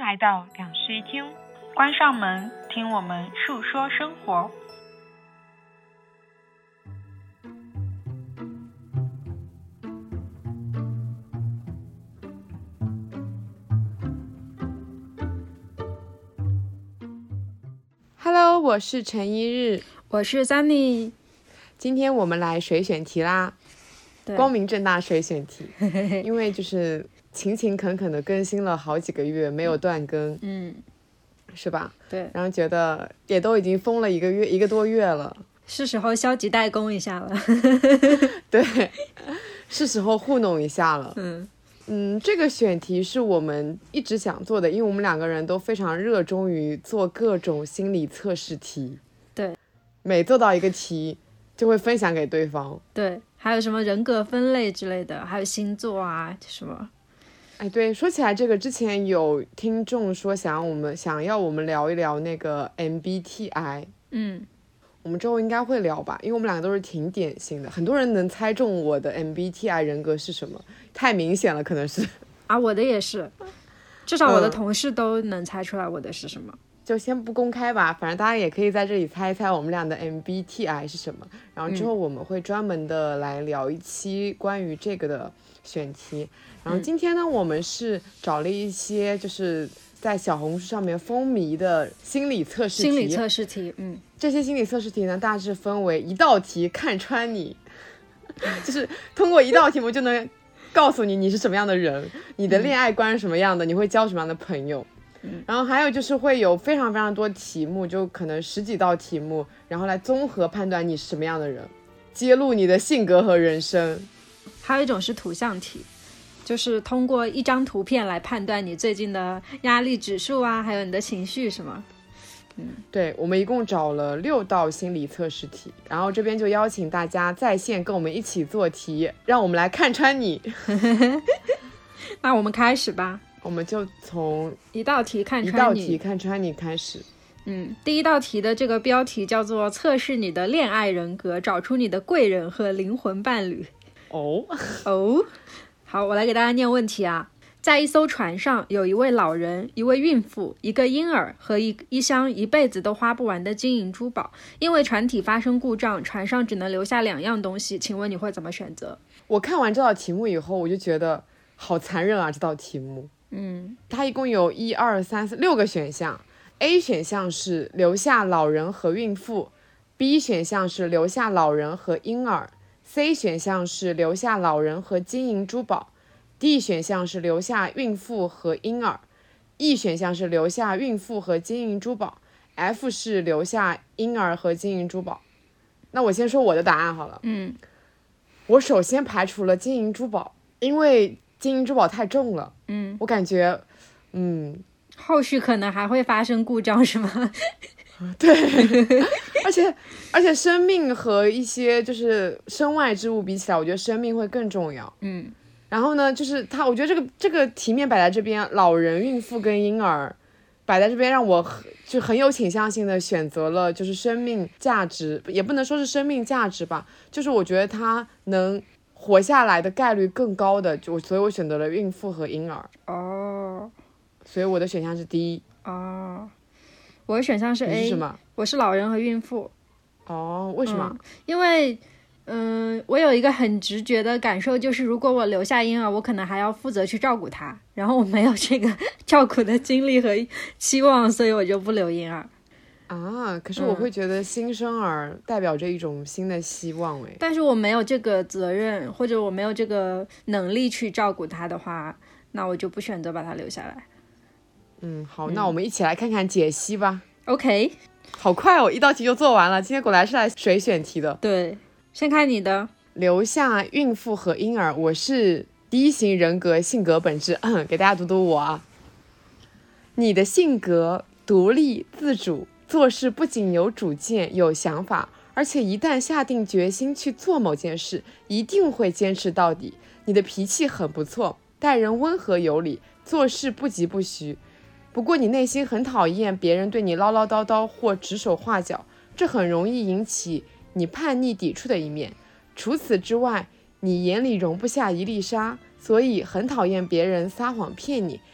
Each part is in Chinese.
来到两室一厅，关上门，听我们述说生活。 Hello， 我是陈一日， 我是 Sunny。 今天我们来水选题啦，光明正大水选题，因为就是勤勤恳恳的更新了好几个月，没有断更，是吧？ 对。 然后觉得也都已经封了一个多月了， 是时候消极怠工一下了。 对，是时候糊弄一下了。这个选题是我们一直想做的，因为我们两个人都非常热衷于做各种心理测试题。 对， 每做到一个题就会分享给对方。 对，还有什么人格分类之类的，还有星座啊什么。 哎，对，说起来这个，之前有听众说想要我们聊一聊那个 MBTI。我们之后应该会聊吧，因为我们两个都是挺典型的，很多人能猜中我的 MBTI 人格是什么，太明显了，可能是啊，我的也是，至少我的同事都能猜出来我的是什么。 就先不公开吧，反正大家也可以在这里猜一猜我们俩的 MBTI 是什么，然后之后我们会专门的来聊一期关于这个的选题。然后今天呢，我们是找了一些就是在小红书上面风靡的心理测试题。这些心理测试题呢，大致分为一道题看穿你，就是通过一道题目就能告诉你是什么样的人，你的恋爱观是什么样的，你会交什么样的朋友。然后还有就是会有非常非常多题目，就可能10几道题目，然后来综合判断你是什么样的人，揭露你的性格和人生。 还有一种是图像题，就是通过一张图片来判断你最近的压力指数啊，还有你的情绪什么。 对，我们一共找了6道心理测试题，然后这边就邀请大家在线跟我们一起做题，让我们来看穿你。 那我们开始吧， 我们就从一道题看穿你开始。 第一道题的这个标题叫做测试你的恋爱人格，找出你的贵人和灵魂伴侣。好，我来给大家念问题啊。在一艘船上，有一位老人，一位孕妇，一个婴儿和一箱一辈子都花不完的金银珠宝。因为船体发生故障，船上只能留下2样东西，请问你会怎么选择？ 我看完这道题目以后，我就觉得好残忍啊，这道题目。它一共有1、2、3、4、6个选项。A 选项是留下老人和孕妇， B 选项是留下老人和婴儿， C 选项是留下老人和金银珠宝， D 选项是留下孕妇和婴儿， E 选项是留下孕妇和金银珠宝， F 是留下婴儿和金银珠宝。那我先说我的答案好了。我首先排除了金银珠宝，因为金银珠宝太重了。我感觉后续可能还会发生故障是吗？ 对，而且生命和一些就是身外之物比起来，我觉得生命会更重要。然后呢，就是我觉得这个题面摆在这边，老人、孕妇跟婴儿摆在这边，让我就很有倾向性的选择了就是生命价值，也不能说是生命价值吧，就是我觉得他能活下来的概率更高的，所以我选择了孕妇和婴儿。所以我的选项是 D。 我的选项是 A。 你是什么？ 我是老人和孕妇。 为什么？ 因为我有一个很直觉的感受，就是如果我留下婴儿，我可能还要负责去照顾他，然后我没有这个照顾的精力和期望，所以我就不留婴儿。 可是我会觉得新生儿代表着一种新的希望。 但是我没有这个责任，或者我没有这个能力去照顾他的话，那我就不选择把他留下来。 好，那我们一起来看看解析吧。 OK。 好快哦，一道题就做完了。今天果然是来水选题的。 对，先看你的。 留下孕妇和婴儿，我是D型人格，性格本质。给大家读读我啊。你的性格独立自主，做事不仅有主见有想法，而且一旦下定决心去做某件事，一定会坚持到底。你的脾气很不错，待人温和有礼，做事不急不徐。不过你内心很讨厌别人对你唠唠叨叨或指手画脚，这很容易引起你叛逆抵触的一面。除此之外，你眼里容不下一粒沙，所以很讨厌别人撒谎骗你，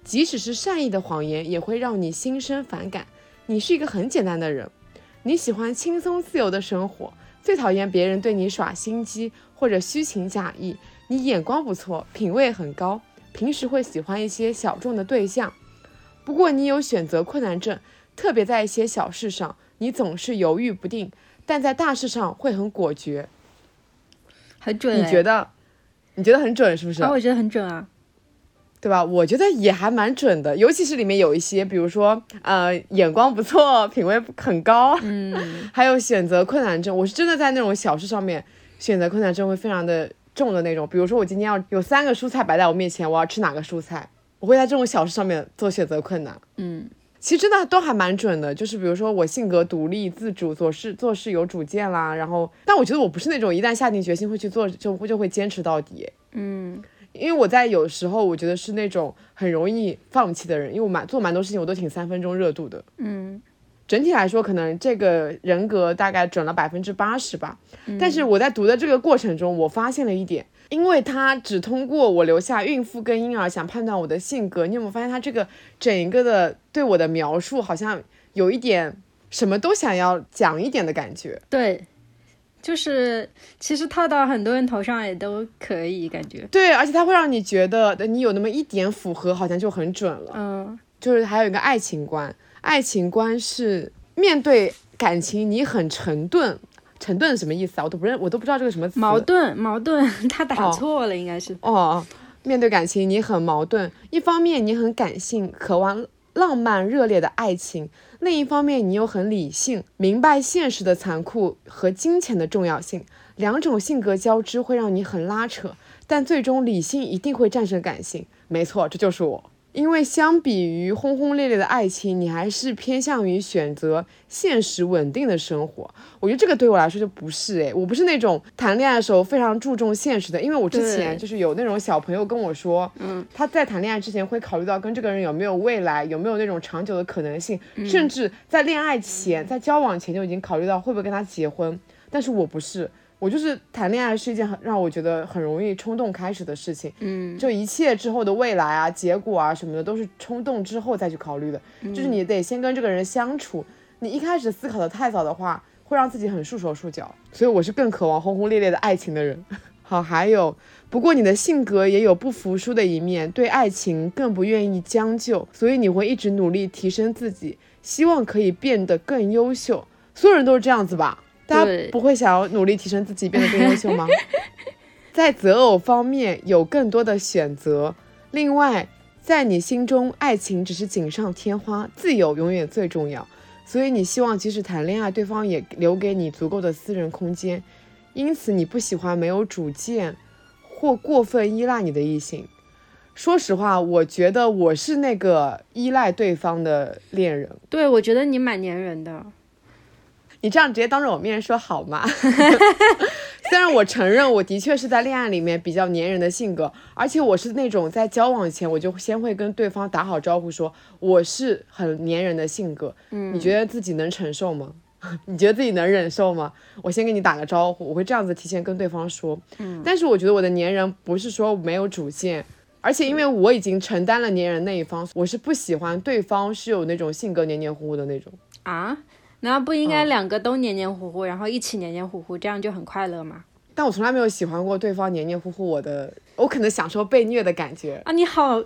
即使是善意的谎言也会让你心生反感。你是一个很简单的人，你喜欢轻松自由的生活，最讨厌别人对你耍心机或者虚情假意。你眼光不错，品味很高，平时会喜欢一些小众的对象。不过你有选择困难症，特别在一些小事上，你总是犹豫不定，但在大事上会很果决。 很准。 你觉得很准是不是？ 我觉得很准啊。 对吧？我觉得也还蛮准的，尤其是里面有一些，比如说眼光不错，品味很高，还有选择困难症。我是真的在那种小事上面选择困难症会非常的重的那种。比如说我今天要有3个蔬菜摆在我面前，我要吃哪个蔬菜，我会在这种小事上面做选择困难。其实真的都还蛮准的，就是比如说我性格独立自主，做事有主见啦，然后但我觉得我不是那种一旦下定决心会去做就会坚持到底。因为我在有时候我觉得是那种很容易放弃的人，因为我做蛮多事情我都挺3分钟热度的。整体来说可能这个人格大概准了80%吧。但是我在读的这个过程中，我发现了一点，因为他只通过我留下孕妇跟婴儿想判断我的性格。你有没有发现他这个整一个的对我的描述好像有一点什么都想要讲一点的感觉？ 对，就是其实套到很多人头上也都可以感觉。 对，而且它会让你觉得你有那么一点符合，好像就很准了。就是还有一个爱情观，爱情观是面对感情你很沉钝。沉钝是什么意思啊？我都不知道这个什么词。 矛盾，他打错了，应该是。 面对感情你很矛盾，一方面你很感性，渴望浪漫热烈的爱情，另一方面你又很理性，明白现实的残酷和金钱的重要性。两种性格交织会让你很拉扯，但最终理性一定会战胜感性。没错，这就是我。因为相比于轰轰烈烈的爱情，你还是偏向于选择现实稳定的生活。我觉得这个对我来说就不是我不是那种谈恋爱的时候非常注重现实的。因为我之前就是有那种小朋友跟我说，他在谈恋爱之前会考虑到跟这个人有没有未来，有没有那种长久的可能性，甚至在恋爱前，在交往前就已经考虑到会不会跟他结婚。但是我不是，我就是谈恋爱是一件让我觉得很容易冲动开始的事情。就一切之后的未来啊结果啊什么的都是冲动之后再去考虑的。就是你得先跟这个人相处，你一开始思考的太早的话会让自己很束手束脚。所以我是更渴望轰轰烈烈的爱情的人。好，还有不过你的性格也有不服输的一面，对爱情更不愿意将就，所以你会一直努力提升自己，希望可以变得更优秀。所有人都是这样子吧？大家不会想要努力提升自己变得更优秀吗？在择偶方面有更多的选择。另外在你心中爱情只是锦上添花，自由永远最重要，所以你希望即使谈恋爱对方也留给你足够的私人空间。因此你不喜欢没有主见或过分依赖你的异性。说实话，我觉得我是那个依赖对方的恋人。 对，我觉得你蛮粘人的。 你这样直接当着我面说好吗？虽然我承认我的确是在恋爱里面比较粘人的性格，而且我是那种在交往前我就先会跟对方打好招呼，说我是很粘人的性格。你觉得自己能承受吗？你觉得自己能忍受吗？我先跟你打个招呼，我会这样子提前跟对方说。但是我觉得我的粘人不是说没有主见，而且因为我已经承担了粘人那一方，我是不喜欢对方是有那种性格黏黏糊糊的那种。 啊？难道不应该两个都黏黏糊糊，然后一起黏黏糊糊，这样就很快乐吗？ 但我从来没有喜欢过对方黏黏糊糊我可能享受被虐的感觉啊！你好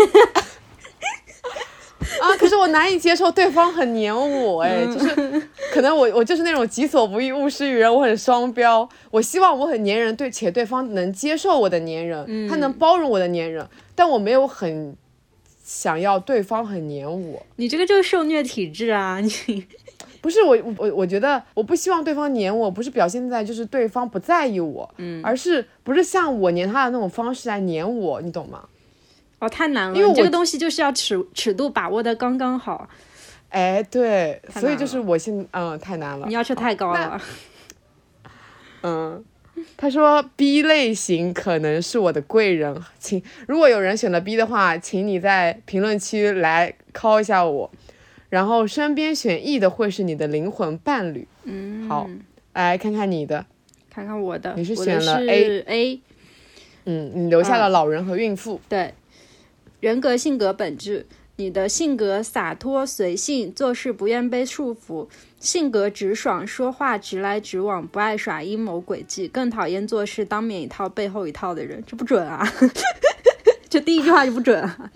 可是我难以接受对方很黏我就是可能我就是那种己所不欲勿施于人，我很双标。我希望我很黏人，且对方能接受我的黏人，他能包容我的黏人，但我没有很想要对方很黏我。 你这个就是受虐体质啊！你不是我觉得我不希望对方黏我，不是表现在就是对方不在意我，而是不是像我黏他的那种方式来黏我，你懂吗？ 太难了，因为你这个东西就是要尺度把握的刚刚好。 对，所以就是我太难了， 你要求太高了。 他说 B 类型可能是我的贵人，如果有人选了 B 的话，请你在评论区来call一下我。然后身边选 E 的会是你的灵魂伴侣。好，来看看你的， 看看我的。 你是选了 A。你留下了老人和孕妇。 对， 人格性格本质，你的性格洒脱随性，做事不愿被束缚，性格直爽，说话直来直往，不爱耍阴谋诡计，更讨厌做事当面一套背后一套的人。这不准啊这第一句话就不准啊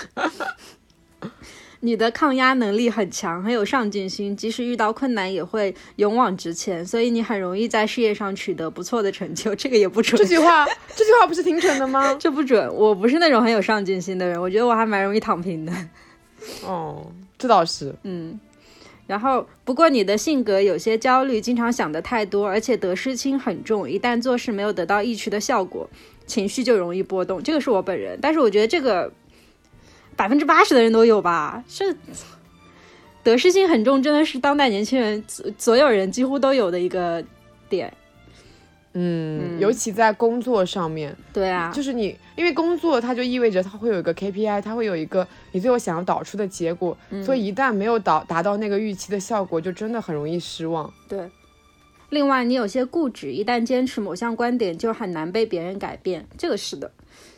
你的抗压能力很强，很有上进心，即使遇到困难也会勇往直前，所以你很容易在事业上取得不错的成就。这个也不准。 这句话不是挺准的吗？ 这不准，我不是那种很有上进心的人，我觉得我还蛮容易躺平的。 哦，这倒是。 然后不过你的性格有些焦虑，经常想得太多，而且得失心很重，一旦做事没有得到预期的效果，情绪就容易波动。这个是我本人，但是我觉得这个80%的人都有吧。是得失心很重，真的是当代年轻人所有人几乎都有的一个点。 尤其在工作上面。 对啊， 就是你因为工作它就意味着它会有一个 KPI， 它会有一个你最后想要导出的结果，所以一旦没有达到那个预期的效果，就真的很容易失望。 对，另外你有些固执，一旦坚持某项观点就很难被别人改变。这个是的。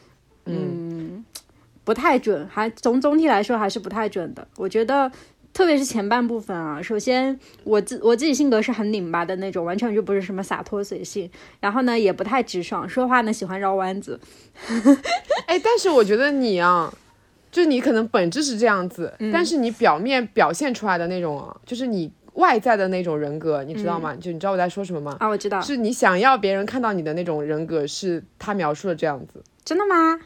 不太准，还总体来说还是不太准的。我觉得特别是前半部分啊，首先我自己性格是很拧巴的那种，完全就不是什么洒脱随性，然后呢也不太直爽，说话呢喜欢绕弯子但是我觉得你啊，就你可能本质是这样子，但是你表面表现出来的那种就是你外在的那种人格，你知道吗？就你知道我在说什么吗？ 我知道， 是你想要别人看到你的那种人格，是他描述的这样子。 真的吗？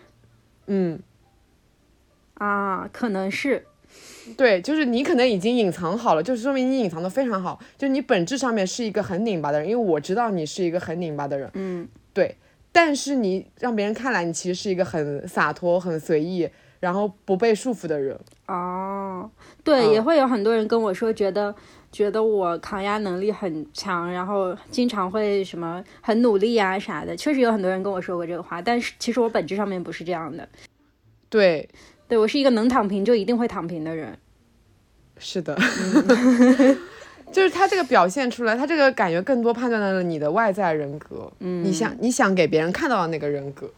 可能是。 对，就是你可能已经隐藏好了，就是说明你隐藏的非常好，就你本质上面是一个很拧巴的人，因为我知道你是一个很拧巴的人。对，但是你让别人看来你其实是一个很洒脱很随意然后不被束缚的人。 对，也会有很多人跟我说觉得我抗压能力很强，然后经常会什么很努力啊啥的，确实有很多人跟我说过这个话，但是其实我本质上面不是这样的。 对， 我是一个能躺平就一定会躺平的人。 是的就是他这个表现出来，他这个感觉更多判断了你的外在人格。你想给别人看到的那个人格。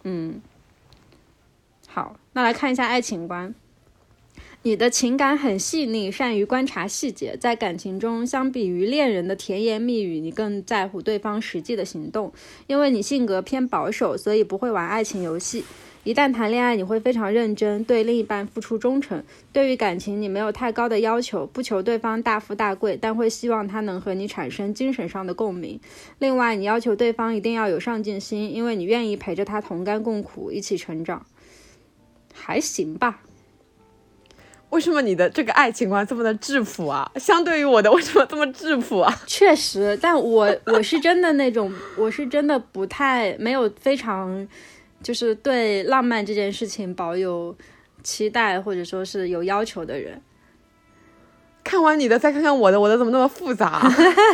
好，那来看一下爱情观。你的情感很细腻，善于观察细节，在感情中相比于恋人的甜言蜜语，你更在乎对方实际的行动。因为你性格偏保守，所以不会玩爱情游戏。一旦谈恋爱，你会非常认真，对另一半付出忠诚。对于感情，你没有太高的要求，不求对方大富大贵，但会希望他能和你产生精神上的共鸣。另外，你要求对方一定要有上进心，因为你愿意陪着他同甘共苦，一起成长。还行吧。 为什么你的这个爱情观这么的质朴啊？相对于我的，为什么这么质朴啊？ 确实，但我是真的那种，我是真的不太没有非常就是对浪漫这件事情保有期待或者说是有要求的人。 看完你的再看看我的怎么那么复杂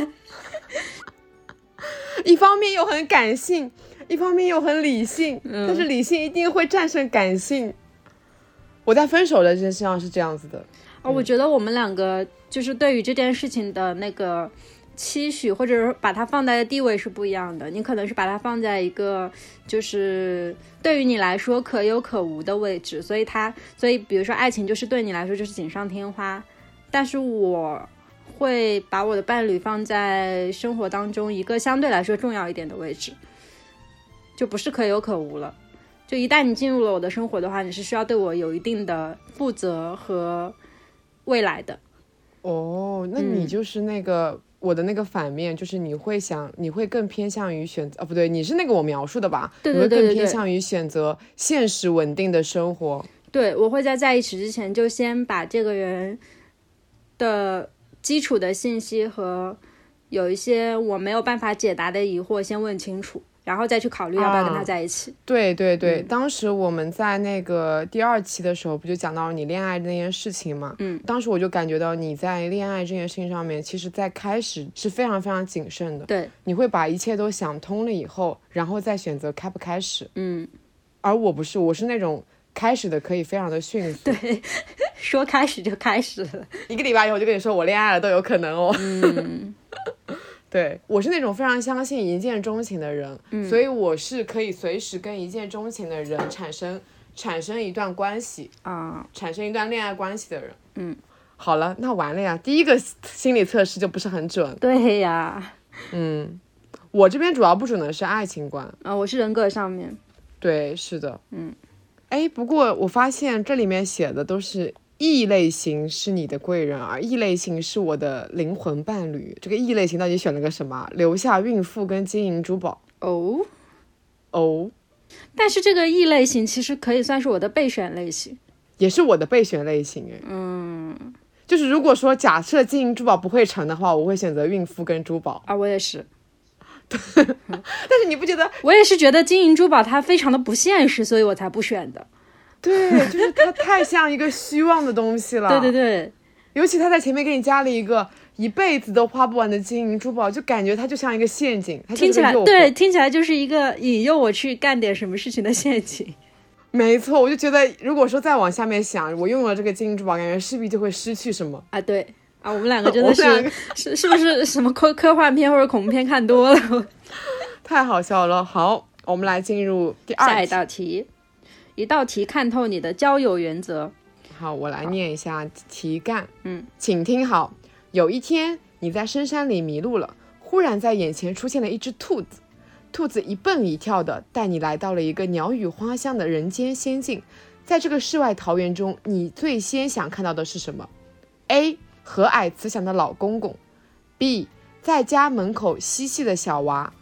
一方面又很感性，一方面又很理性，但是理性一定会战胜感性。我在分手的这件事情上是这样子的。 我觉得我们两个就是对于这件事情的那个期许，或者是把它放在的地位是不一样的。你可能是把它放在一个就是对于你来说可有可无的位置，所以比如说爱情就是对你来说就是锦上添花，但是我会把我的伴侣放在生活当中一个相对来说重要一点的位置，就不是可有可无了。就一旦你进入了我的生活的话，你是需要对我有一定的负责和未来的。 那你就是那个我的那个反面，就是你会更偏向于选择不对，你是那个我描述的吧？ 对， 你会更偏向于选择现实稳定的生活。 对，我会在一起之前就先把这个人的基础的信息和有一些我没有办法解答的疑惑先问清楚，然后再去考虑要不要跟他在一起。 对，当时我们在那个第2期的时候不就讲到你恋爱那件事情嘛？当时我就感觉到你在恋爱这件事情上面，其实在开始是非常非常谨慎的。 对， 你会把一切都想通了以后，然后再选择开不开始。而我不是，我是那种开始的可以非常的迅速。 对，说开始就开始了 ，1个礼拜以后就跟你说我恋爱了都有可能哦。对，我是那种非常相信一见钟情的人，所以我是可以随时跟一见钟情的人产生产生一段关系啊， 产生一段恋爱关系的人。好了，那完了呀，第一个心理测试就不是很准。 对呀。 我这边主要不准的是爱情观我是人格上面。 对，是的。不过我发现这里面写的都是E类型是你的贵人，而E类型是我的灵魂伴侣。这个E类型到底选了个什么？留下孕妇跟金银珠宝。 但是这个E类型其实可以算是我的备选类型， 也是我的备选类型。就是如果说假设金银珠宝不会成的话，我会选择孕妇跟珠宝啊。我也是。 但是你不觉得？ 我也是觉得金银珠宝它非常的不现实，所以我才不选的。 对，就是它太像一个虚妄的东西了。 对对对， 尤其他在前面给你加了一个一辈子都花不完的金银珠宝，就感觉它就像一个陷阱，它就是个诱惑。 听起来就是一个引诱我去干点什么事情的陷阱。 没错，我就觉得如果说再往下面想，我用了这个金银珠宝，感觉势必就会失去什么啊。对啊，我们两个真的是不是什么科幻片或者恐怖片看多了？ 太好笑了。好，我们来进入第二题。 下一道题，一道题看透你的交友原则。 好，我来念一下题干。请听好。有一天你在深山里迷路了，忽然在眼前出现了一只兔子，兔子一蹦一跳的带你来到了一个鸟语花香的人间仙境。在这个世外桃源中，你最先想看到的是什么？ A. 和蔼慈祥的老公公。 B. 在家门口嬉戏的小娃。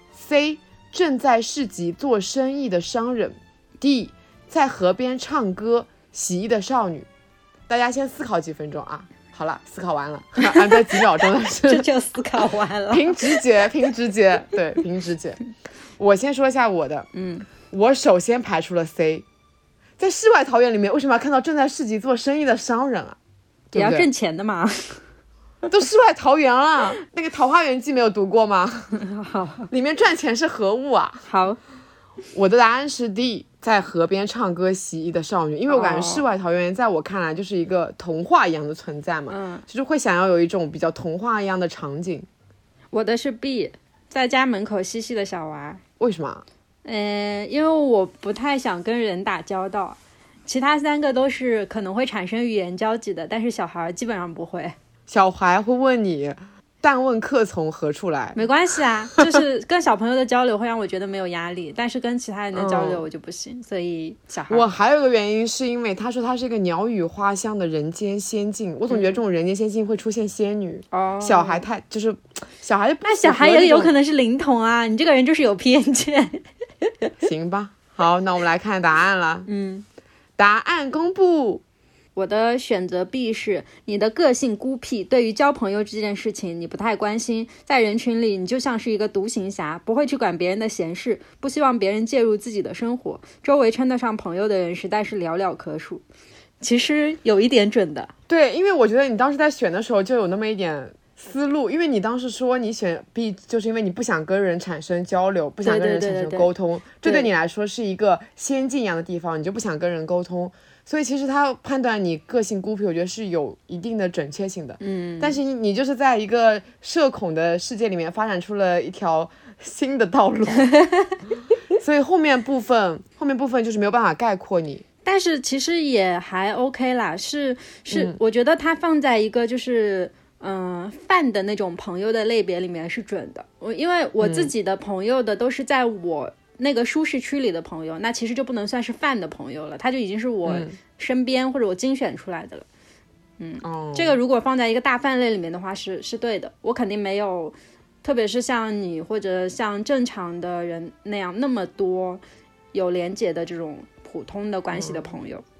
C. 正在市集做生意的商人。 D. 在河边唱歌洗衣的少女。大家先思考几分钟啊。好了，思考完了，按在几秒钟的事。 这就思考完了。 凭直觉。对，凭直觉。我先说一下我的。我首先排除了 C。 在世外桃源里面为什么要看到正在市集做生意的商人啊？ 也要挣钱的嘛。 都世外桃源了，那个《桃花源记》没有读过吗？ 好， 里面赚钱是何物啊？ 好， 我的答案是 D， 在河边唱歌洗衣的少女。因为我感觉世外桃源在我看来就是一个童话一样的存在嘛，就是会想要有一种比较童话一样的场景。 我的是 B， 在家门口嬉戏的小娃。 为什么？ 因为我不太想跟人打交道，其他3个都是可能会产生语言交集的，但是小孩基本上不会。 小孩会问你但问客从何处来。 没关系啊，就是跟小朋友的交流会让我觉得没有压力，但是跟其他人的交流我就不行，所以小孩。 我还有一个原因是因为他说他是一个鸟语花香的人间仙境，我总觉得这种人间仙境会出现仙女。小孩太就是小孩， 那小孩也有可能是灵童啊，你这个人就是有偏见。 行吧，好，那我们来看答案了。答案公布。 我的选择 B 是你的个性孤僻，对于交朋友这件事情你不太关心，在人群里你就像是一个独行侠，不会去管别人的闲事，不希望别人介入自己的生活，周围称得上朋友的人实在是寥寥可数。其实有一点准的。 对，因为我觉得你当时在选的时候就有那么一点思路，因为你当时说你选 B 就是因为你不想跟人产生交流，不想跟人产生沟通，这对你来说是一个仙境一样的地方，你就不想跟人沟通，所以其实他判断你个性孤僻，我觉得是有一定的准确性的。但是你就是在一个社恐的世界里面发展出了一条新的道路。所以后面部分就是没有办法概括你。 但是其实也还 OK 啦，是我觉得它放在一个就是泛的那种朋友的类别里面是准的。因为我自己的朋友的都是在我那个舒适区里的朋友，那其实就不能算是泛的朋友了，他就已经是我身边或者我精选出来的了。这个如果放在一个大泛类里面的话是对的，我肯定没有，特别是像你或者像正常的人那样那么多有连结的这种普通的关系的朋友。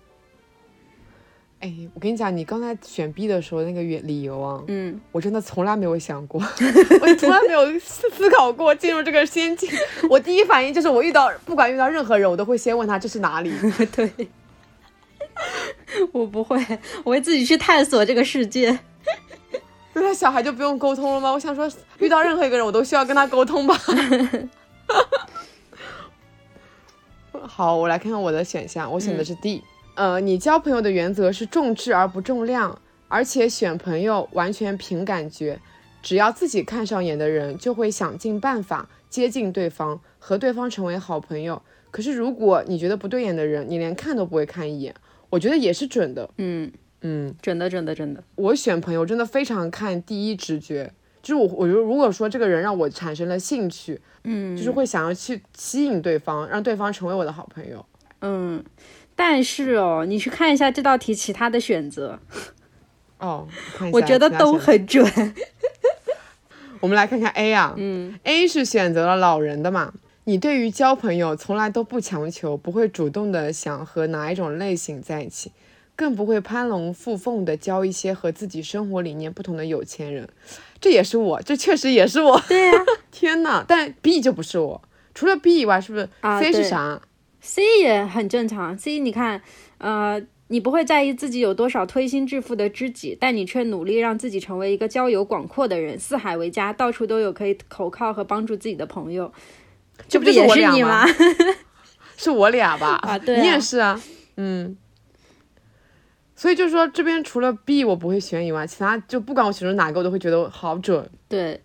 我跟你讲，你刚才选 B 的时候那个理由啊，我真的从来没有想过，我从来没有思考过进入这个仙境。我第一反应就是不管遇到任何人，我都会先问他这是哪里。 对，我不会，我会自己去探索这个世界。 那小孩就不用沟通了吗？我想说，遇到任何一个人，我都需要跟他沟通吧。好，我来看看我的选项，我选的是 D。你交朋友的原则是重质而不重量，而且选朋友完全凭感觉，只要自己看上眼的人就会想尽办法接近对方，和对方成为好朋友， 可是如果你觉得不对眼的人，你连看都不会看一眼，我觉得也是准的。 准的。 我选朋友真的非常看第一直觉，就是我如果说这个人让我产生了兴趣，就是会想要去吸引对方，让对方成为我的好朋友。 但是你去看一下这道题其他的选择， 看一下我觉得都很准。 我们来看看 A 啊，A 是选择了老人的嘛。你对于交朋友从来都不强求，不会主动的想和哪一种类型在一起，更不会攀龙附凤的交一些和自己生活理念不同的有钱人。这也是我，这确实也是我。 对呀、 天哪！但 B 就不是我，除了 B 以外，是不是 C 是啥 ？C 也很正常。C 你看，你不会在意自己有多少推心置腹的知己，但你却努力让自己成为一个交友广阔的人，四海为家，到处都有可以投靠和帮助自己的朋友。 这不也是我俩你吗？ 是我俩吧？ 对啊， 你也是啊。所以就是说，这边除了 B 我不会选以外，其他就不管我选出哪个，我都会觉得好准。 对。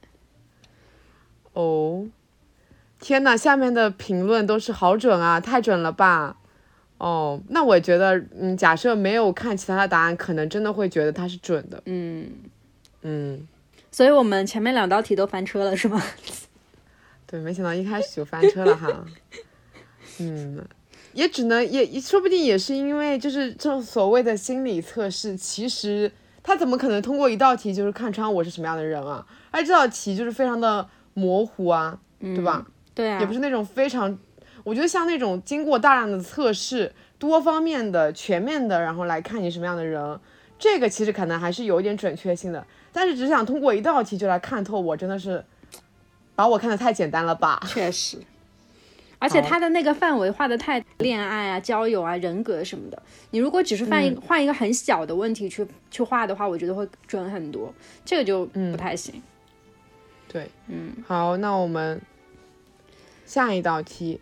天哪，下面的评论都是好准啊，太准了吧。那我觉得假设没有看其他的答案，可能真的会觉得它是准的。 所以我们前面2道题都翻车了是吗？ 对，没想到一开始就翻车了哈。也只能也说不定也是因为就是这所谓的心理测试，其实他怎么可能通过一道题就是看穿我是什么样的人啊？而这道题就是非常的模糊啊，对吧？ 对啊， 也不是那种非常，我觉得像那种经过大量的测试，多方面的、全面的，然后来看你什么样的人，这个其实可能还是有一点准确性的。但是只想通过一道题就来看透我，真的是把我看得太简单了吧？ 确实。而且他的那个范围画的太恋爱啊、交友啊、人格什么的，你如果只是换一个很小的问题去画的话，我觉得会准很多，这个就不太行。 对，好，那我们下一道题，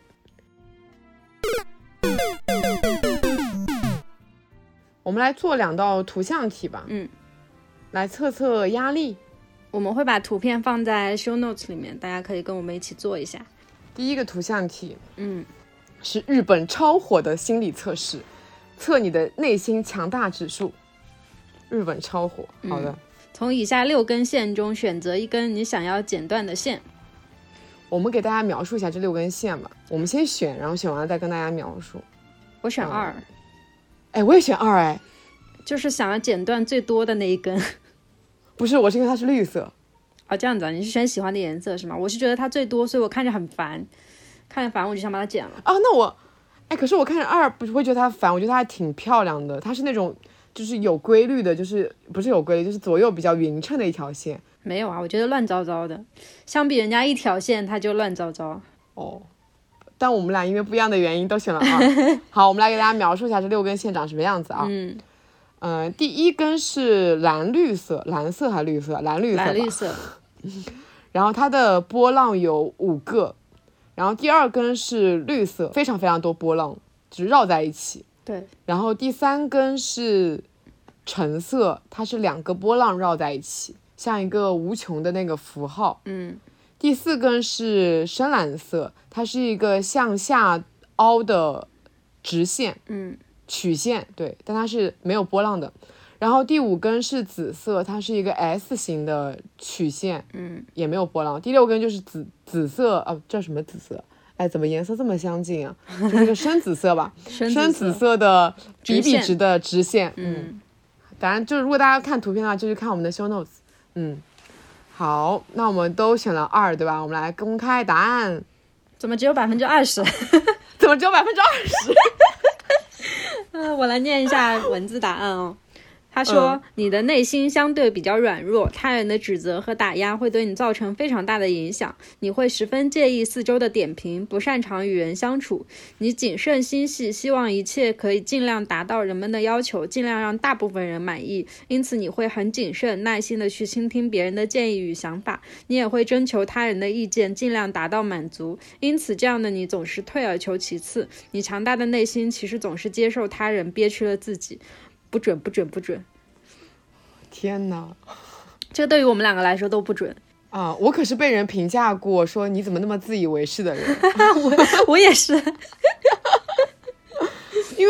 我们来做2道图像题吧。来测测压力。 我们会把图片放在 show notes 里面，大家可以跟我们一起做一下。 第一个图像题，是日本超火的心理测试，测你的内心强大指数。日本超火，好的。 从以下6根线中选择1根你想要剪断的线。 我们给大家描述一下这6根线吧。我们先选，然后选完了再跟大家描述。 我选2。 我也选2。 就是想要剪断最多的那一根。 不是，我是因为它是绿色。 这样子啊，你是选喜欢的颜色是吗？我是觉得它最多，所以我看着很烦，看着烦我就想把它剪了。 那我，可是我看着2不会觉得它烦，我觉得它还挺漂亮的。它是那种就是有规律的，就是不是有规律，就是左右比较匀称的一条线。 没有啊，我觉得乱糟糟的，相比人家一条线，它就乱糟糟。 但我们俩因为不一样的原因都选了2。好，我们来给大家描述一下这6根线长什么样子啊。第一根是蓝色还是绿色？蓝绿色。然后它的波浪有5个，然后第2根是绿色，非常非常多波浪，就是绕在一起。 对。 然后第3根是橙色，它是2个波浪绕在一起，像一个无穷的那个符号。第4根是深蓝色，它是一个向下凹的直线，曲线，对，但它是没有波浪的。然后第5根是紫色，它是一个 S 型的曲线，也没有波浪。第6根就是紫色，这什么紫色？怎么颜色这么相近啊？就是个深紫色吧，深紫色的笔直的直线。当然，就是如果大家看图片的话，就去看我们的 show notes。好，那我们都选了2，对吧？我们来公开答案。 怎么只有20%？ 怎么只有20%？ 我来念一下文字答案哦。他说，你的内心相对比较软弱，他人的指责和打压会对你造成非常大的影响，你会十分介意四周的点评，不擅长与人相处，你谨慎心细，希望一切可以尽量达到人们的要求，尽量让大部分人满意，因此你会很谨慎耐心的去倾听别人的建议与想法，你也会征求他人的意见，尽量达到满足，因此这样的你总是退而求其次，你强大的内心其实总是接受他人，憋屈了自己。不准！ 天哪， 这个对于我们2个来说都不准啊！我可是被人评价过说你怎么那么自以为是的人。 我也是。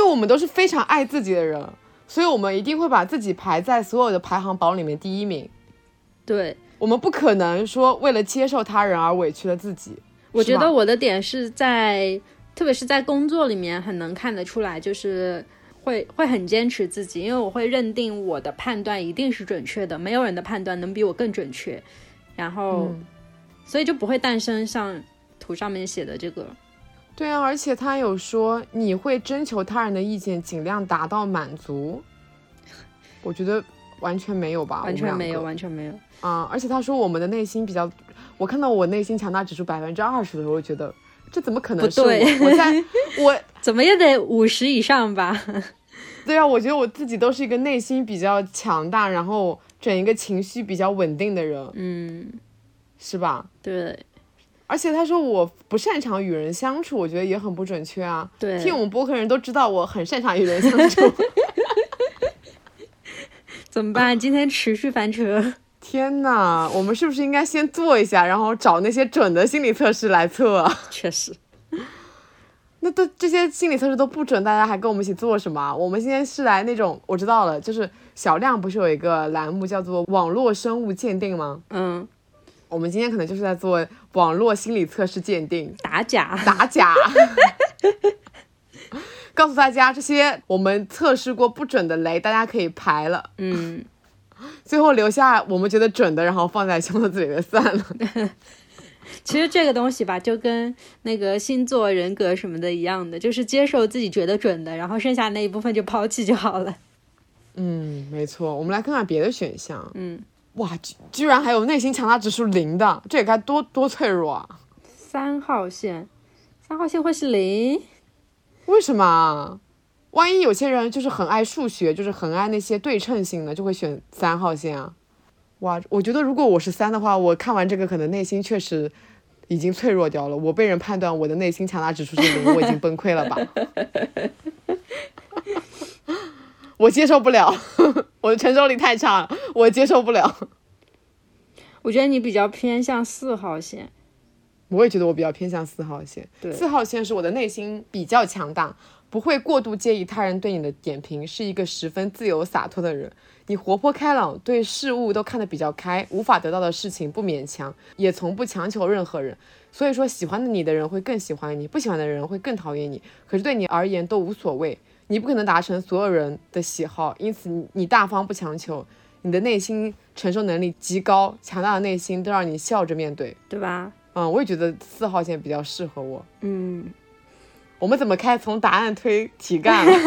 为我们都是非常爱自己的人，所以我们一定会把自己排在所有的排行榜里面第一名。 对， 我们不可能说为了接受他人而委屈了自己。 我觉得我的点是在，特别是在工作里面很能看得出来，就是会很坚持自己，因为我会认定我的判断一定是准确的，没有人的判断能比我更准确，然后、所以就不会诞生像图上面写的这个。 对啊，而且他有说你会征求他人的意见，尽量达到满足。我觉得完全没有吧， 完全没有，完全没有。 而且他说我们的内心比较，我看到我内心强大指数20%的时候，我觉得这怎么可能是我？我怎么也得50以上吧？ 对啊，我觉得我自己都是一个内心比较强大，然后整一个情绪比较稳定的人，是吧？ 对。 而且他说我不擅长与人相处，我觉得也很不准确啊。 对， 听我们播客人都知道我很擅长与人相处。 怎么办？今天持续翻车。 天哪，我们是不是应该先做一下，然后找那些准的心理测试来测啊？ 确实。 那这些心理测试都不准，大家还跟我们一起做什么？我们今天是来那种，我知道了，就是小亮不是有一个栏目叫做网络生物鉴定吗？我们今天可能就是在做网络心理测试鉴定， 打假告诉大家这些我们测试过不准的雷，大家可以排了。最后留下我们觉得准的，然后放在箱子里面算了。 其实这个东西吧，就跟那个星座人格什么的一样的，就是接受自己觉得准的，然后剩下那一部分就抛弃就好了。 没错。我们来看看别的选项。哇，居然还有内心强大指数0的，这也该多脆弱啊 ！3号线会是0？ 为什么？万一有些人就是很爱数学，就是很爱那些对称性的，就会选3号线啊。哇，我觉得如果我是3的话，我看完这个可能内心确实已经脆弱掉了。我被人判断我的内心强大指数是0，我已经崩溃了吧。我接受不了，我的承受力太差了，我接受不了。 我觉得你比较偏向4号线。 我也觉得我比较偏向4号线。4号线是我的内心比较强大，不会过度介意他人对你的点评，是一个十分自由洒脱的人。你活泼开朗，对事物都看得比较开，无法得到的事情不勉强，也从不强求任何人。所以说喜欢你的人会更喜欢你，不喜欢的人会更讨厌你，可是对你而言都无所谓。你不可能达成所有人的喜好，因此你大方不强求，你的内心承受能力极高，强大的内心都让你笑着面对， 对吧？ 我也觉得4号线比较适合我。我们怎么开始从答案推题干了？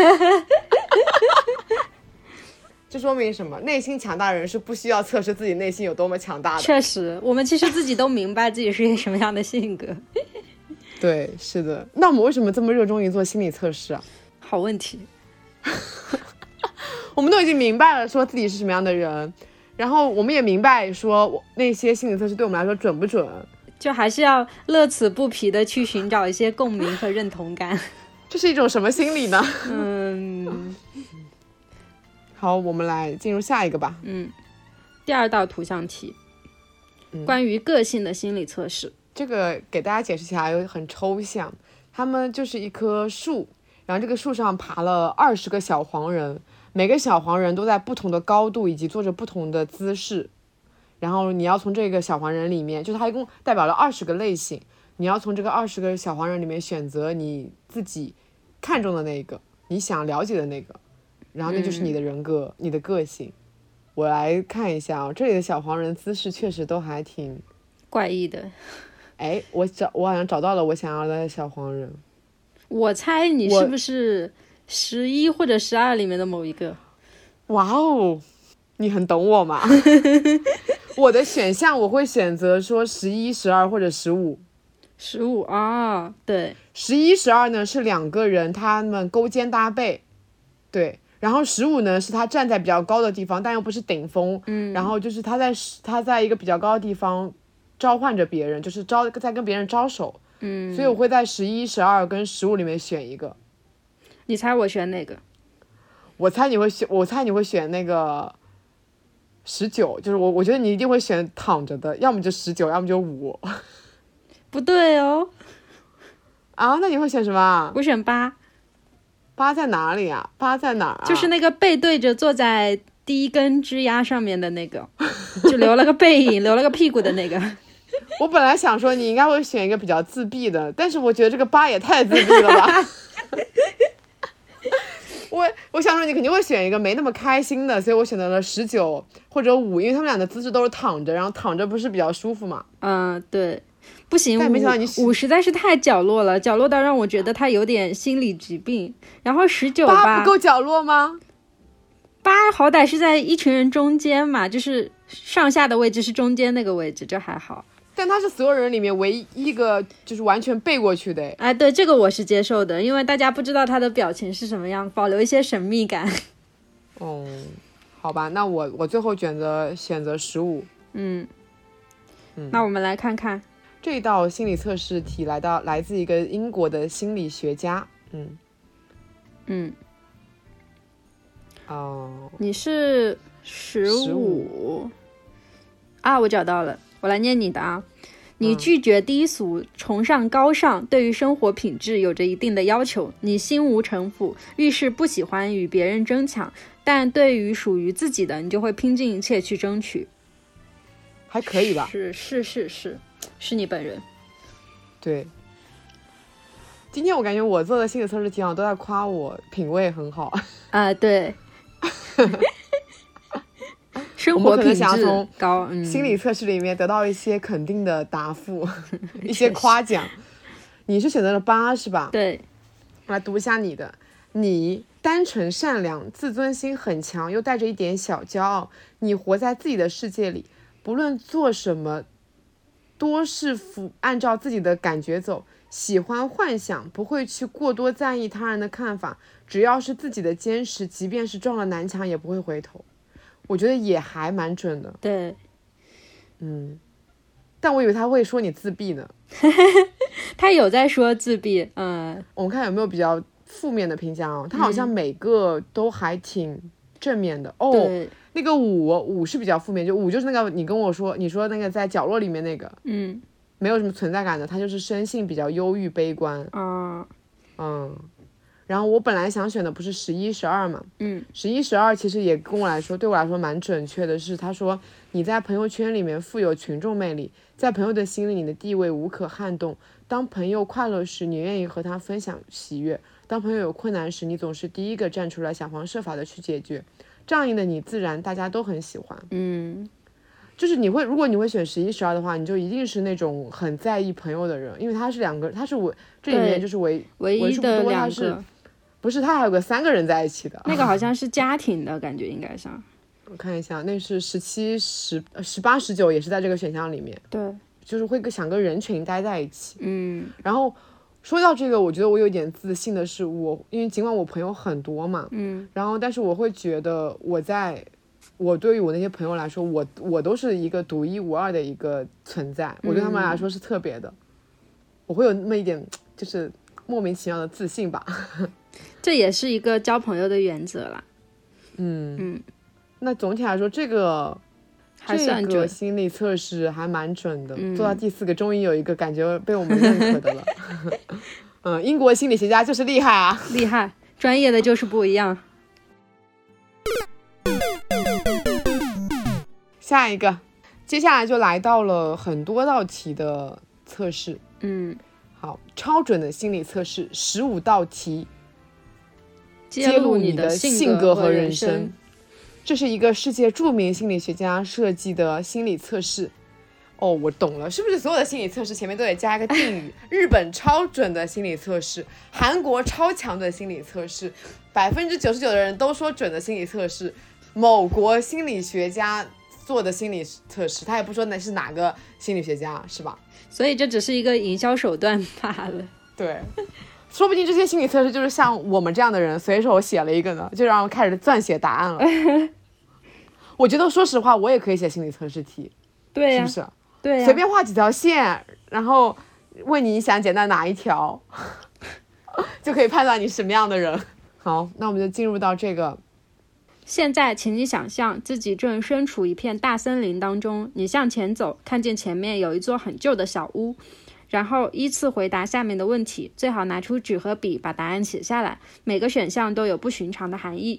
这说明什么？内心强大的人是不需要测试自己内心有多么强大的。 确实，我们其实自己都明白自己是一个什么样的性格。 对，是的。那我们为什么这么热衷于做心理测试啊？ 好问题。 我们都已经明白了说自己是什么样的人，然后我们也明白说那些心理测试对我们来说准不准， 就还是要乐此不疲的去寻找一些共鸣和认同感。 这是一种什么心理呢？好，我们来进入下一个吧。 第2道图像题，关于个性的心理测试。 这个给大家解释起来又很抽象，他们就是一棵树，然后这个树上爬了20个小黄人，每个小黄人都在不同的高度以及做着不同的姿势，然后你要从这个小黄人里面，就是它一共代表了20个类型，你要从这个20个小黄人里面选择你自己看中的那个，你想了解的那个，然后那就是你的人格，你的个性。我来看一下这里的小黄人姿势确实都还挺怪异的。 我好像找到了我想要的小黄人。 我猜你是不是11或者12里面的某一个？ 哇哦，你很懂我嘛。我的选项我会选择说11、12或者15。 15啊，对。 11、12呢是2个人他们勾肩搭背，对。然后15呢是他站在比较高的地方，但又不是顶峰，然后就是他在一个比较高的地方召唤着别人，就是在跟别人招手，所以我会在11、12跟15里面选一个。 你猜我选哪个？ 我猜你会选那个19，就是我觉得你一定会选躺着的，要么就19，要么就5。 不对哦。 啊，那你会选什么？ 我选8。 疤在哪里啊？疤在哪儿啊？ 就是那个背对着坐在第一根枝丫上面的那个，就留了个背影，留了个屁股的那个。 我本来想说你应该会选一个比较自闭的，但是我觉得这个疤也太自闭了吧。我想说你肯定会选一个没那么开心的，所以我选择了19或者5，因为他们俩的姿势都是躺着，然后躺着不是比较舒服嘛。 对，不行， 但没想到你 5实在是太角落了，角落到让我觉得他有点心理疾病。然后19吧， 8不够角落吗 ？8好歹是在一群人中间嘛，就是上下的位置是中间那个位置，这还好。 但他是所有人里面唯一一个就是完全背过去的。 哎，对，这个我是接受的，因为大家不知道他的表情是什么样，保留一些神秘感。 好吧，那我最后选择15。 那我们来看看这道心理测试题来自一个英国的心理学家。 你是15啊，我找到了，我来念你的啊。你拒绝低俗，崇尚高尚，对于生活品质有着一定的要求。你心无城府，遇事不喜欢与别人争抢，但对于属于自己的，你就会拼尽一切去争取。 还可以吧？ 是你本人。 对。今天我感觉我做的心理测试题好像都在夸我品味很好。 对。生活品质高， 我们可能想从心理测试里面得到一些肯定的答复，一些夸奖。你是选择了8是吧？ 对。 我来读一下你的。你单纯善良，自尊心很强，又带着一点小骄傲。你活在自己的世界里，不论做什么多是按照自己的感觉走，喜欢幻想，不会去过多在意他人的看法，只要是自己的坚持，即便是撞了南墙也不会回头。我觉得也还蛮准的。 对。 但我以为他会说你自闭呢。 他有在说自闭。 我们看有没有比较负面的评价哦。他好像每个都还挺正面的。 对。 那个5是比较负面，就5就是那个你跟我说，你说那个在角落里面那个，没有什么存在感的，他就是生性比较忧郁悲观。然后我本来想选的不是11、12嘛，11、12其实也对我来说蛮准确的，是他说你在朋友圈里面富有群众魅力，在朋友的心里你的地位无可撼动，当朋友快乐时你愿意和他分享喜悦，当朋友有困难时你总是第一个站出来想方设法的去解决，这样的你自然大家都很喜欢。就是如果你会选11、12的话，你就一定是那种很在意朋友的人，因为他是这里面就是唯一的两个，不是他还有个3个人在一起的， 那个好像是家庭的感觉，应该是。 我看一下，那是17、18、19也是在这个选项里面。 对， 就是会想跟人群待在一起。然后说到这个，我觉得我有点自信的是，因为尽管我朋友很多嘛，然后但是我会觉得我对于我那些朋友来说，我都是一个独一无二的一个存在，我对他们来说是特别的，我会有那么一点就是莫名其妙的自信吧。 这也是一个交朋友的原则啦。 那总体来说，这个还算准， 这个心理测试还蛮准的。做到第4个，终于有一个感觉被我们认可的了。英国心理学家就是厉害啊， 厉害，专业的就是不一样。 下一个，接下来就来到了很多道题的测试。好，超准的心理测试，15道题，揭露你的性格和人生。这是一个世界著名心理学家设计的心理测试。我懂了，是不是所有的心理测试前面都得加一个定语？日本超准的心理测试，韩国超强的心理测试，99%的人都说准的心理测试，某国心理学家做的心理测试，他也不说那是哪个心理学家，是吧？ 所以这只是一个营销手段罢了。 对，说不定这些心理测试就是像我们这样的人随手写了一个呢，就让我开始撰写答案了。我觉得说实话，我也可以写心理测试题。 对呀， 是不是？ 对呀， 随便画几条线，然后问你想简单哪一条，就可以判断你什么样的人。好，那我们就进入到这个。 现在请你想象自己正身处一片大森林当中，你向前走，看见前面有一座很旧的小屋， 然后依次回答下面的问题，最好拿出纸和笔把答案写下来，每个选项都有不寻常的含义。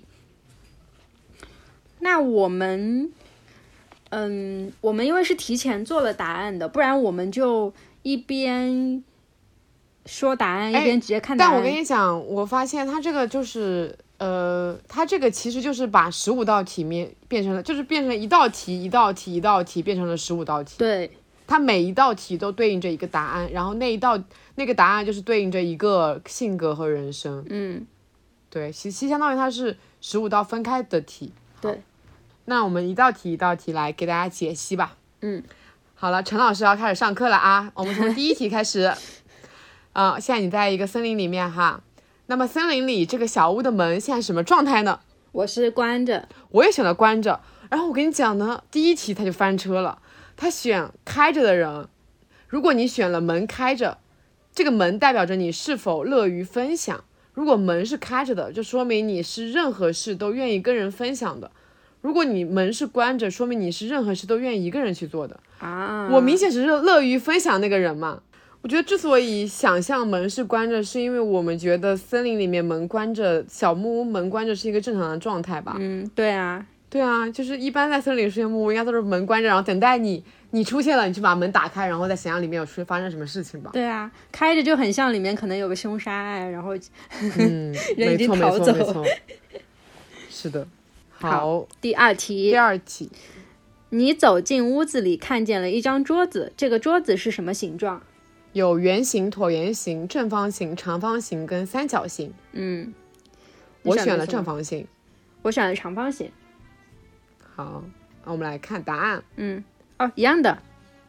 那我们因为是提前做了答案的，不然我们就一边说答案一边直接看答案。 但我跟你讲，我发现它这个就是它这个其实就是把15道题变成一道题一道题一道题变成了15道题。 对， 它每一道题都对应着一个答案，然后那个答案就是对应着一个性格和人生。对，其实相当于它是15道分开的题。 对， 那我们一道题一道题来给大家解析吧。好了，陈老师要开始上课了啊！我们从第一题开始。现在你在一个森林里面哈，那么森林里这个小屋的门现在什么状态呢？ 我是关着。 我也选了关着。然后我跟你讲呢，第一题他就翻车了，他选开着的人。如果你选了门开着，这个门代表着你是否乐于分享。如果门是开着的，就说明你是任何事都愿意跟人分享的。如果你门是关着，说明你是任何事都愿意一个人去做的啊。 我明显是乐于分享那个人嘛。我觉得之所以想象门是关着，是因为我们觉得森林里面门关着，小木屋门关着是一个正常的状态吧。 对啊， 就是一般在森林里出现木屋应该都是门关着，然后等待你出现了，你去把门打开，然后再想想里面有发生什么事情吧。 对啊，开着就很像里面可能有个凶杀案，然后人已经逃走。 没错是的。好， 第二题，你走进屋子里看见了一张桌子，这个桌子是什么形状？ 有圆形、椭圆形、正方形、长方形跟三角形。我选了正方形。 我选了长方形。 好，那我们来看答案。 一样的。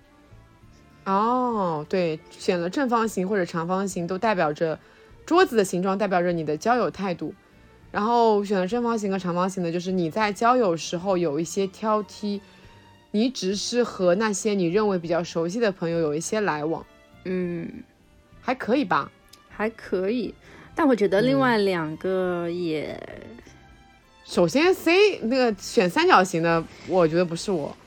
对，选了正方形或者长方形都代表着桌子的形状代表着你的交友态度，然后选了正方形和长方形的就是你在交友时候有一些挑剔，你只是和那些你认为比较熟悉的朋友有一些来往。还可以吧， 还可以，但我觉得另外两个也首先 C 那个选三角形的我觉得不是我。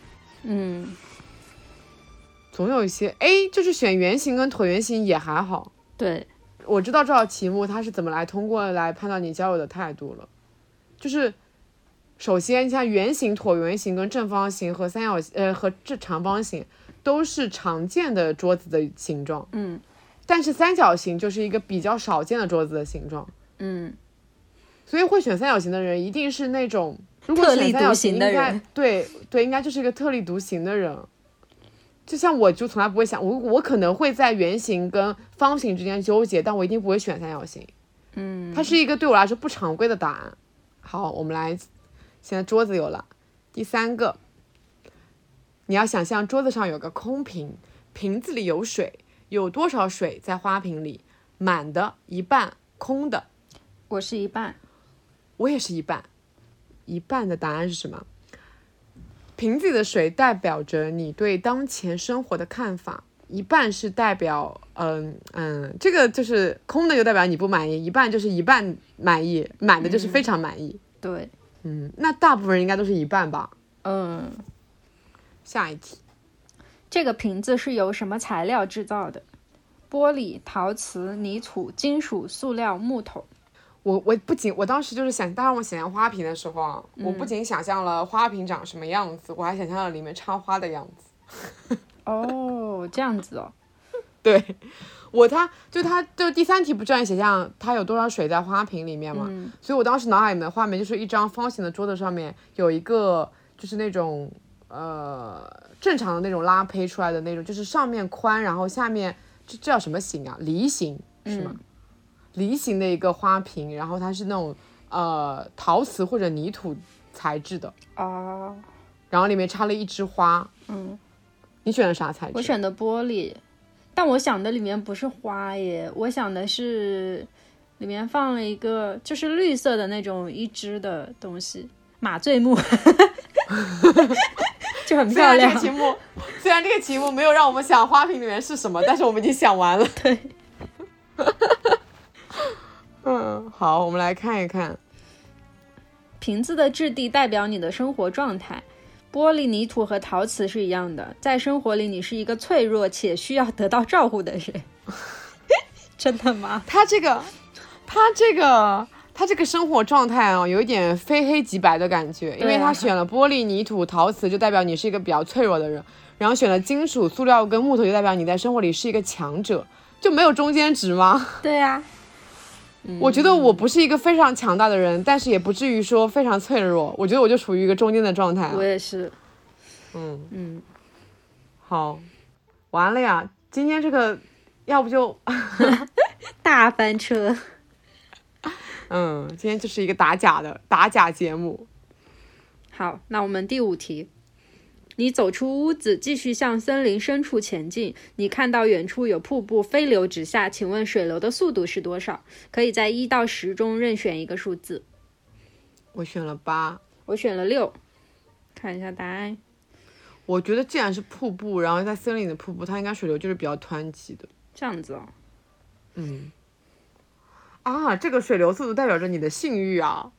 总有一些 A 就是选圆形跟椭圆形也还好。 对， 我知道这道题目它是怎么来通过来判断你交友的态度了，就是首先像圆形、椭圆形跟正方形和和长方形都是常见的桌子的形状。但是三角形就是一个比较少见的桌子的形状。所以会选三角形的人一定是那种如果选三角形的人，对，应该就是一个特立独行的人。就像我就从来不会想，我可能会在圆形跟方形之间纠结，但我一定不会选三角形。它是一个对我来说不常规的答案。好，我们来，现在桌子有了。第三个，你要想象桌子上有个空瓶，瓶子里有水，有多少水在花瓶里？满的、一半、空的。 我是一半。 我也是一半。一半的答案是什么？瓶子里的水代表着你对当前生活的看法，一半是代表这个就是空的就代表你不满意，一半就是一半满意，满的就是非常满意。 对， 那大部分人应该都是一半吧。下一题，这个瓶子是由什么材料制造的？玻璃、陶瓷、泥土、金属、塑料、木头。 我当时就是当我想象花瓶的时候啊，我不仅想象了花瓶长什么样子，我还想象了里面插花的样子。 这样子哦。 对，它就第三题不就让你想象它有多少水在花瓶里面嘛？所以我当时脑海里面的画面就是一张方形的桌子上面有一个就是那种正常的那种拉胚出来的那种，就是上面宽，然后下面这叫什么形啊？梨形是吗？梨形的一个花瓶，然后它是那种陶瓷或者泥土材质的。然后里面插了一枝花。你选的啥材质？ 我选的玻璃，但我想的里面不是花耶，我想的是里面放了一个就是绿色的那种一枝的东西，马醉木。就很漂亮。 虽然这个题目没有让我们想花瓶里面是什么，但是我们已经想完了。 对。 好，我们来看一看。 瓶子的质地代表你的生活状态， 玻璃、泥土和陶瓷是一样的，在生活里你是一个脆弱且需要得到照顾的人。真的吗？ 他这个生活状态啊，有一点非黑即白的感觉，因为他选了玻璃、泥土、陶瓷，就代表你是一个比较脆弱的人，然后选了金属、塑料跟木头，就代表你在生活里是一个强者，就没有中间值吗？ 对呀。 我觉得我不是一个非常强大的人，但是也不至于说非常脆弱，我觉得我就处于一个中间的状态。 我也是。 好，完了呀，今天这个要不就大翻车。 今天就是一个打假节目。 好，那我们第5题。你走出屋子，继续向森林深处前进，你看到远处有瀑布飞流直下，请问水流的速度是多少？可以在1到10中任选一个数字。 我选了8。 我选了6。看一下答案。 我觉得既然是瀑布，然后在森林的瀑布，它应该水流就是比较湍急的。 这样子哦。 这个水流速度代表着你的性欲啊。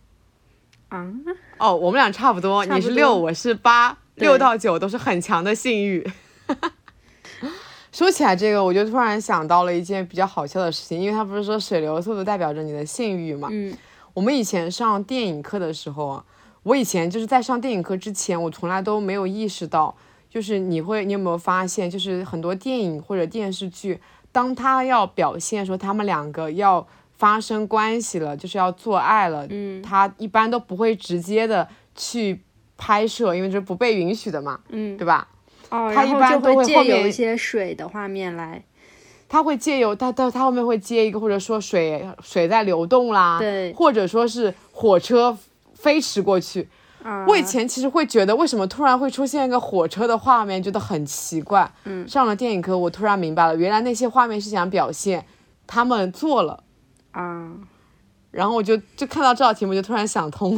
哦， 我们俩差不多，你是6，我是8，6到9都是很强的性欲。说起来这个，我就突然想到了一件比较好笑的事情，因为他不是说水流速度代表着你的性欲嘛。我们以前上电影课的时候啊，我以前就是在上电影课之前，我从来都没有意识到，就是你有没有发现，就是很多电影或者电视剧，当他要表现说他们2个要发生关系了，就是要做爱了，他一般都不会直接的去拍摄，因为这是不被允许的嘛，对吧？他一般都会后面借由一些水的画面来， 他会借由他后面会接一个，或者说水在流动啦， 对， 或者说是火车飞驰过去。我以前其实会觉得为什么突然会出现一个火车的画面，觉得很奇怪。上了电影课我突然明白了，原来那些画面是想表现他们做了然后我就看到这道题目就突然想通了。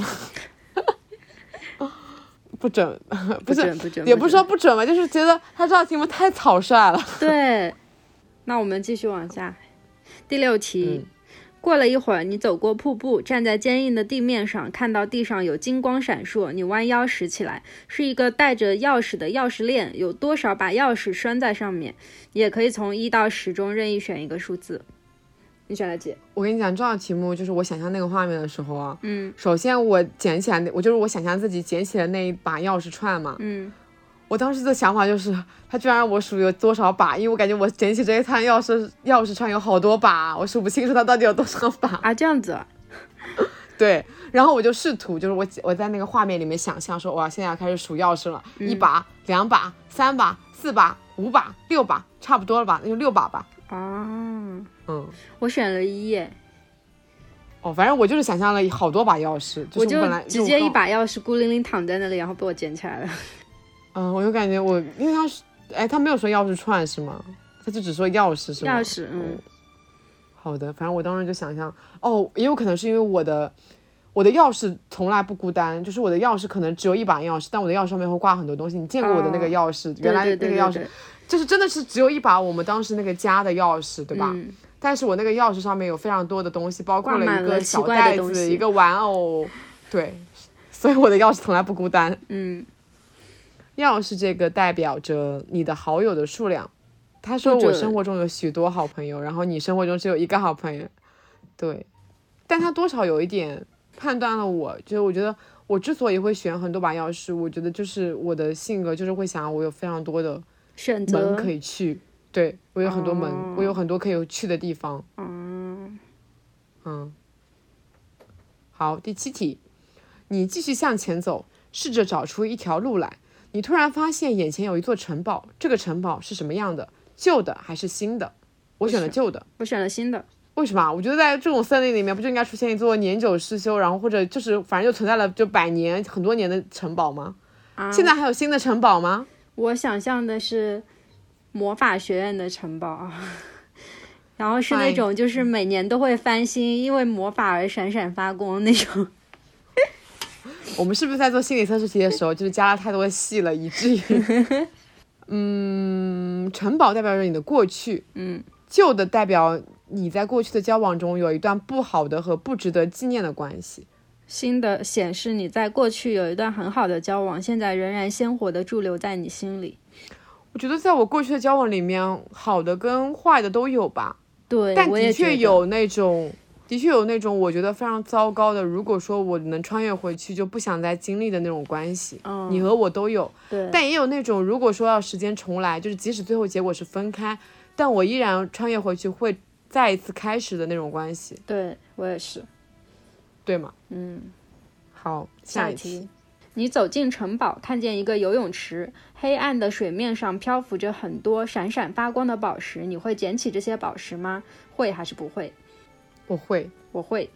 不准，也不是说不准吧，就是觉得他这道题目太草率了。 对，那我们继续往下。第6题。过了一会儿，你走过瀑布，站在坚硬的地面上，看到地上有金光闪烁，你弯腰拾起来，是一个带着钥匙的钥匙链，有多少把钥匙拴在上面？你也可以从1到10中任意选一个数字。你选了几？ 我跟你讲，这道题目就是我想象那个画面的时候啊，首先我捡起来，我想象自己捡起了那一把钥匙串嘛，我当时的想法就是他居然让我数有多少把，因为我感觉我捡起这一串钥匙串有好多把，我数不清楚它到底有多少把这样子。 对，然后我就试图就是我在那个画面里面想象说，哇，现在要开始数钥匙了，1把、2把、3把、4把、5把、6把，差不多了吧，那就6把吧。 我选了1耶。 反正我就是想象了好多把钥匙， 我就本来直接一把钥匙孤零零躺在那里，然后被我捡起来了。 我就感觉因为他没有说钥匙串是吗？他就只说钥匙是吗？ 钥匙， 好的，反正我当时就想象，也有可能是因为我的钥匙从来不孤单，就是我的钥匙可能只有1把钥匙，但我的钥匙上面会挂很多东西。你见过我的那个钥匙？原来那个钥匙就是真的是只有1把我们当时那个家的钥匙，对吧？但是我那个钥匙上面有非常多的东西，包括了一个小袋子，一个玩偶，对，所以我的钥匙从来不孤单。钥匙这个代表着你的好友的数量。他说我生活中有许多好朋友，然后你生活中只有1个好朋友，对，但他多少有一点判断了我，就是我觉得我之所以会选很多把钥匙，我觉得就是我的性格就是会想我有非常多的选择门可以去，对，我有很多门，我有很多可以去的地方。好，第7题，你继续向前走，试着找出一条路来。你突然发现眼前有一座城堡，这个城堡是什么样的？旧的还是新的？我选了旧的。 我选了新的。 为什么？我觉得在这种森林里面不就应该出现一座年久失修，然后或者就是反正就存在了就100年很多年的城堡吗？现在还有新的城堡吗？ 我想象的是魔法学院的城堡，然后是那种就是每年都会翻新，因为魔法而闪闪发光那种。 我们是不是在做心理测试题的时候就是加了太多戏了，以至于城堡代表着你的过去，旧的代表你在过去的交往中有一段不好的和不值得纪念的关系， 新的显示你在过去有一段很好的交往，现在仍然鲜活的驻留在你心里。 我觉得在我过去的交往里面，好的跟坏的都有吧。 对， 但的我也觉得确有那种，我觉得非常糟糕的。如果说我能穿越回去，就不想再经历的那种关系。你和我都有。 对， 但也有那种，如果说要时间重来，就是即使最后结果是分开，但我依然穿越回去会再一次开始的那种关系。 对，我也是。 对吗？好，下一题。 你走进城堡，看见一个游泳池，黑暗的水面上漂浮着很多闪闪发光的宝石，你会捡起这些宝石吗？会还是不会？ 我会。 我会。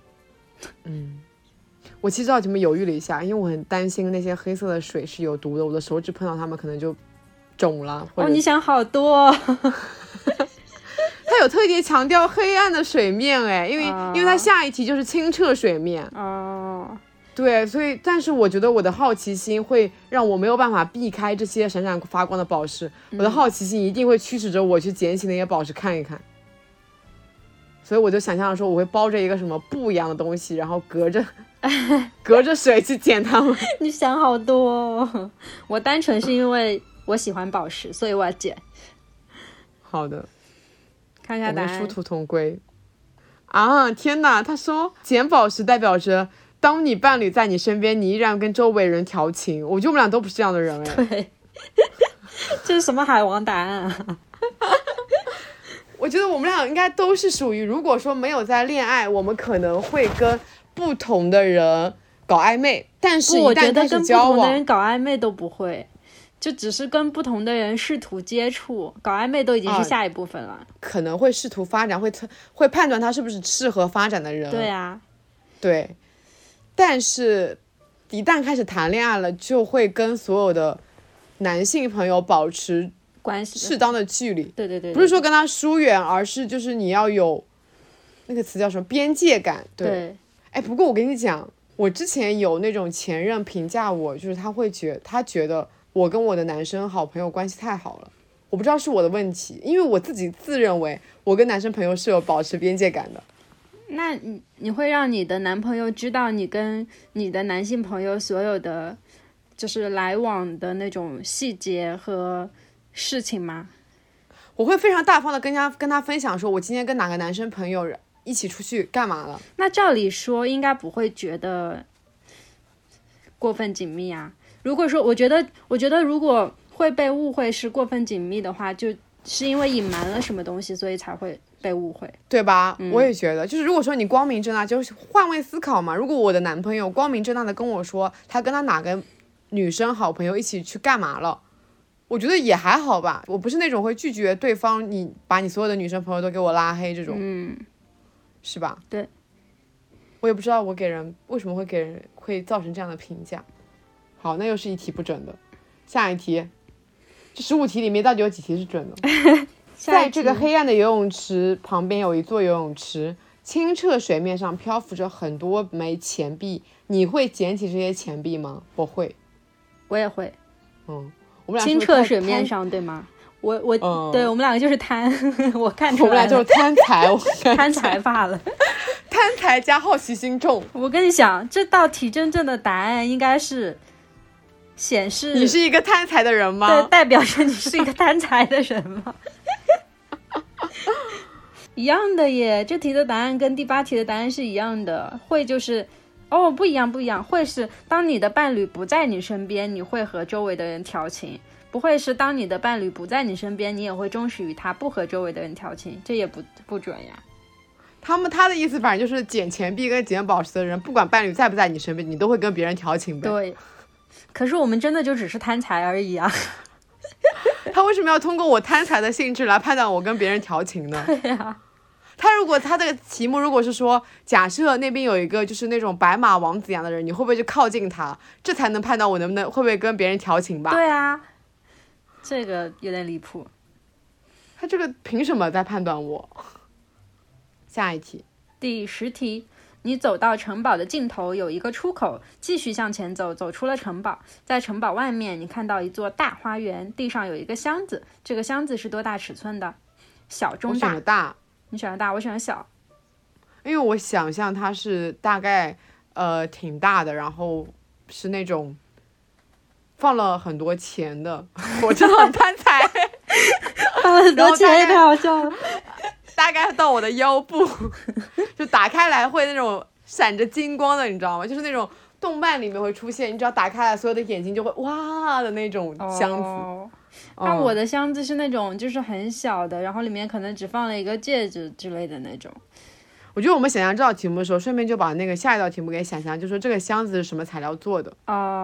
我其实到前面犹豫了一下，因为我很担心那些黑色的水是有毒的，我的手指碰到它们可能就肿了。 你想好多。 他有特别强调黑暗的水面，因为他下一题就是清澈水面。对，所以但是我觉得我的好奇心会让我没有办法避开这些闪闪发光的宝石，我的好奇心一定会驱使着我去捡起那些宝石看一看。所以我就想象说我会包着一个什么布一样的东西，然后隔着水去捡它们。 你想好多哦。我单纯是因为我喜欢宝石，所以我要捡。 好的， 看一下答案。 我们殊途同归啊！天哪，他说捡宝石代表着当你伴侣在你身边，你依然跟周围人调情。我觉得我们俩都不是这样的人。 对。这是什么海王答案啊？ 我觉得我们俩应该都是属于，如果说没有在恋爱，我们可能会跟不同的人搞暧昧，但是一旦开始交往， 我觉得跟不同的人搞暧昧都不会，就只是跟不同的人试图接触，搞暧昧都已经是下一部分了。 可能会试图发展，会判断他是不是适合发展的人。 对啊， 对。但是一旦开始谈恋爱了，就会跟所有的男性朋友保持关系适当的距离。 对， 不是说跟他疏远，而是就是你要有那个词叫什么边界感。对。不过我跟你讲，我之前有那种前任评价我，就是他觉得我跟我的男生好朋友关系太好了。我不知道是我的问题，因为我自己自认为我跟男生朋友是有保持边界感的。 那你会让你的男朋友知道你跟你的男性朋友所有的就是来往的那种细节和事情吗？ 我会非常大方的跟他分享说我今天跟哪个男生朋友一起出去干嘛了。 那照理说应该不会觉得过分紧密啊。如果说我觉得如果会被误会是过分紧密的话，就是因为隐瞒了什么东西，所以才会被误会， 对吧？我也觉得，就是如果说你光明正大，就是换位思考嘛。如果我的男朋友光明正大的跟我说他跟他哪个女生好朋友一起去干嘛了，我觉得也还好吧。我不是那种会拒绝对方，你把你所有的女生朋友都给我拉黑这种，是吧？ 对。 我也不知道我为什么会给人会造成这样的评价。好，那又是一题不准的。下一题，这15题里面到底有几题是准的？在这个黑暗的游泳池旁边有一座游泳池，清澈水面上漂浮着很多枚钱币，你会捡起这些钱币吗？我会。 我也会。 我们俩清澈水面上对吗？对，我们两个就是贪。我看出来了， 我们俩就是贪财。 贪财罢了。 贪财加好奇心重。 我跟你讲，这道题真正的答案应该是显示你是一个贪财的人吗？ 对，代表着你是一个贪财的人吗？一样的耶，这题的答案跟第8题的答案是一样的。会就是不一样，会是当你的伴侣不在你身边，你会和周围的人调情；不会是当你的伴侣不在你身边，你也会忠实于他，不和周围的人调情。这也不准呀。 他的意思反正就是捡钱币跟捡宝石的人，不管伴侣在不在你身边，你都会跟别人调情呗。 对，可是我们真的就只是贪财而已啊。 他为什么要通过我贪财的性质来判断我跟别人调情呢？ 对呀。 他这个题目如果是说，假设那边有一个就是那种白马王子一样的人，你会不会去靠近他，这才能判断我会不会跟别人调情吧？ 对啊，这个有点离谱。 他这个凭什么在判断我？下一题， 第10题，你走到城堡的尽头有一个出口，继续向前走，走出了城堡。在城堡外面，你看到一座大花园，地上有一个箱子，这个箱子是多大尺寸的？小、中、大？ 我选了大。 你选了大，我选了小。 因为我想象它是大概挺大的，然后是那种放了很多钱的，我真的很贪财， 放了很多钱也太好笑了。 大概到我的腰部，就打开来会那种闪着金光的，你知道吗？就是那种动漫里面会出现，你只要打开来，所有的眼睛就会哇的那种箱子。 那我的箱子是那种就是很小的，然后里面可能只放了一个戒指之类的那种。 我觉得我们想象这道题目的时候，顺便就把那个下一道题目给想象，就说这个箱子是什么材料做的。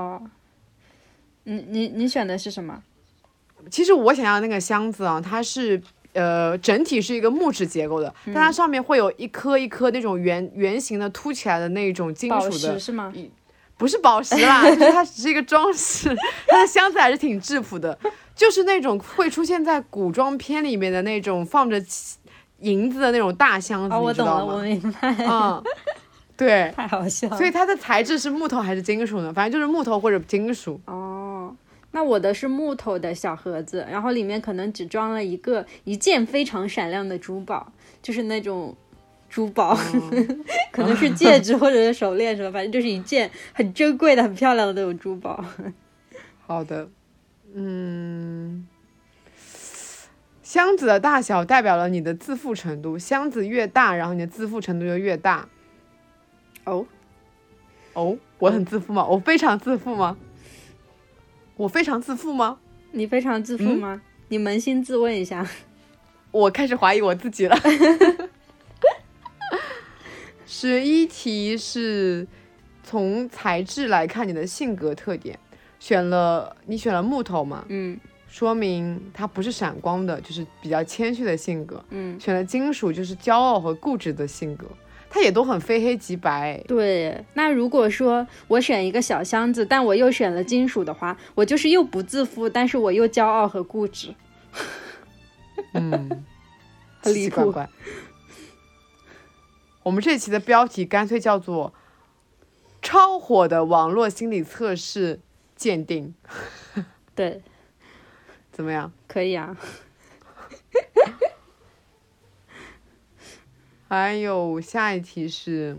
你选的是什么？ 其实我想要那个箱子啊，它是整体是一个木质结构的，但它上面会有一颗一颗那种圆形的凸起来的那种金属的。 宝石是吗？ 不是宝石啦，就是它只是一个装饰。它的箱子还是挺质朴的，就是那种会出现在古装片里面的那种放着银子的那种大箱子。 我懂了，我明白。 对， 太好笑了。 所以它的材质是木头还是金属呢？反正就是木头或者金属。 那我的是木头的小盒子，然后里面可能只装了一件非常闪亮的珠宝，就是那种珠宝，可能是戒指或者是手链什么，反正就是一件很珍贵的、很漂亮的那种珠宝。 好的，箱子的大小代表了你的自负程度，箱子越大，然后你的自负程度就越大。我很自负吗？我非常自负吗？我非常自负吗？ 你非常自负吗？你扪心自问一下。 我开始怀疑我自己了。11题是从材质来看你的性格特点，你选了木头嘛？说明它不是闪光的，就是比较谦虚的性格。选了金属就是骄傲和固执的性格。它也都很非黑即白。 对，那如果说我选一个小箱子，但我又选了金属的话，我就是又不自负，但是我又骄傲和固执。 很离谱。 我们这期的标题干脆叫做超火的网络心理测试鉴定。 对， 怎么样？ 可以啊。 还有下一题是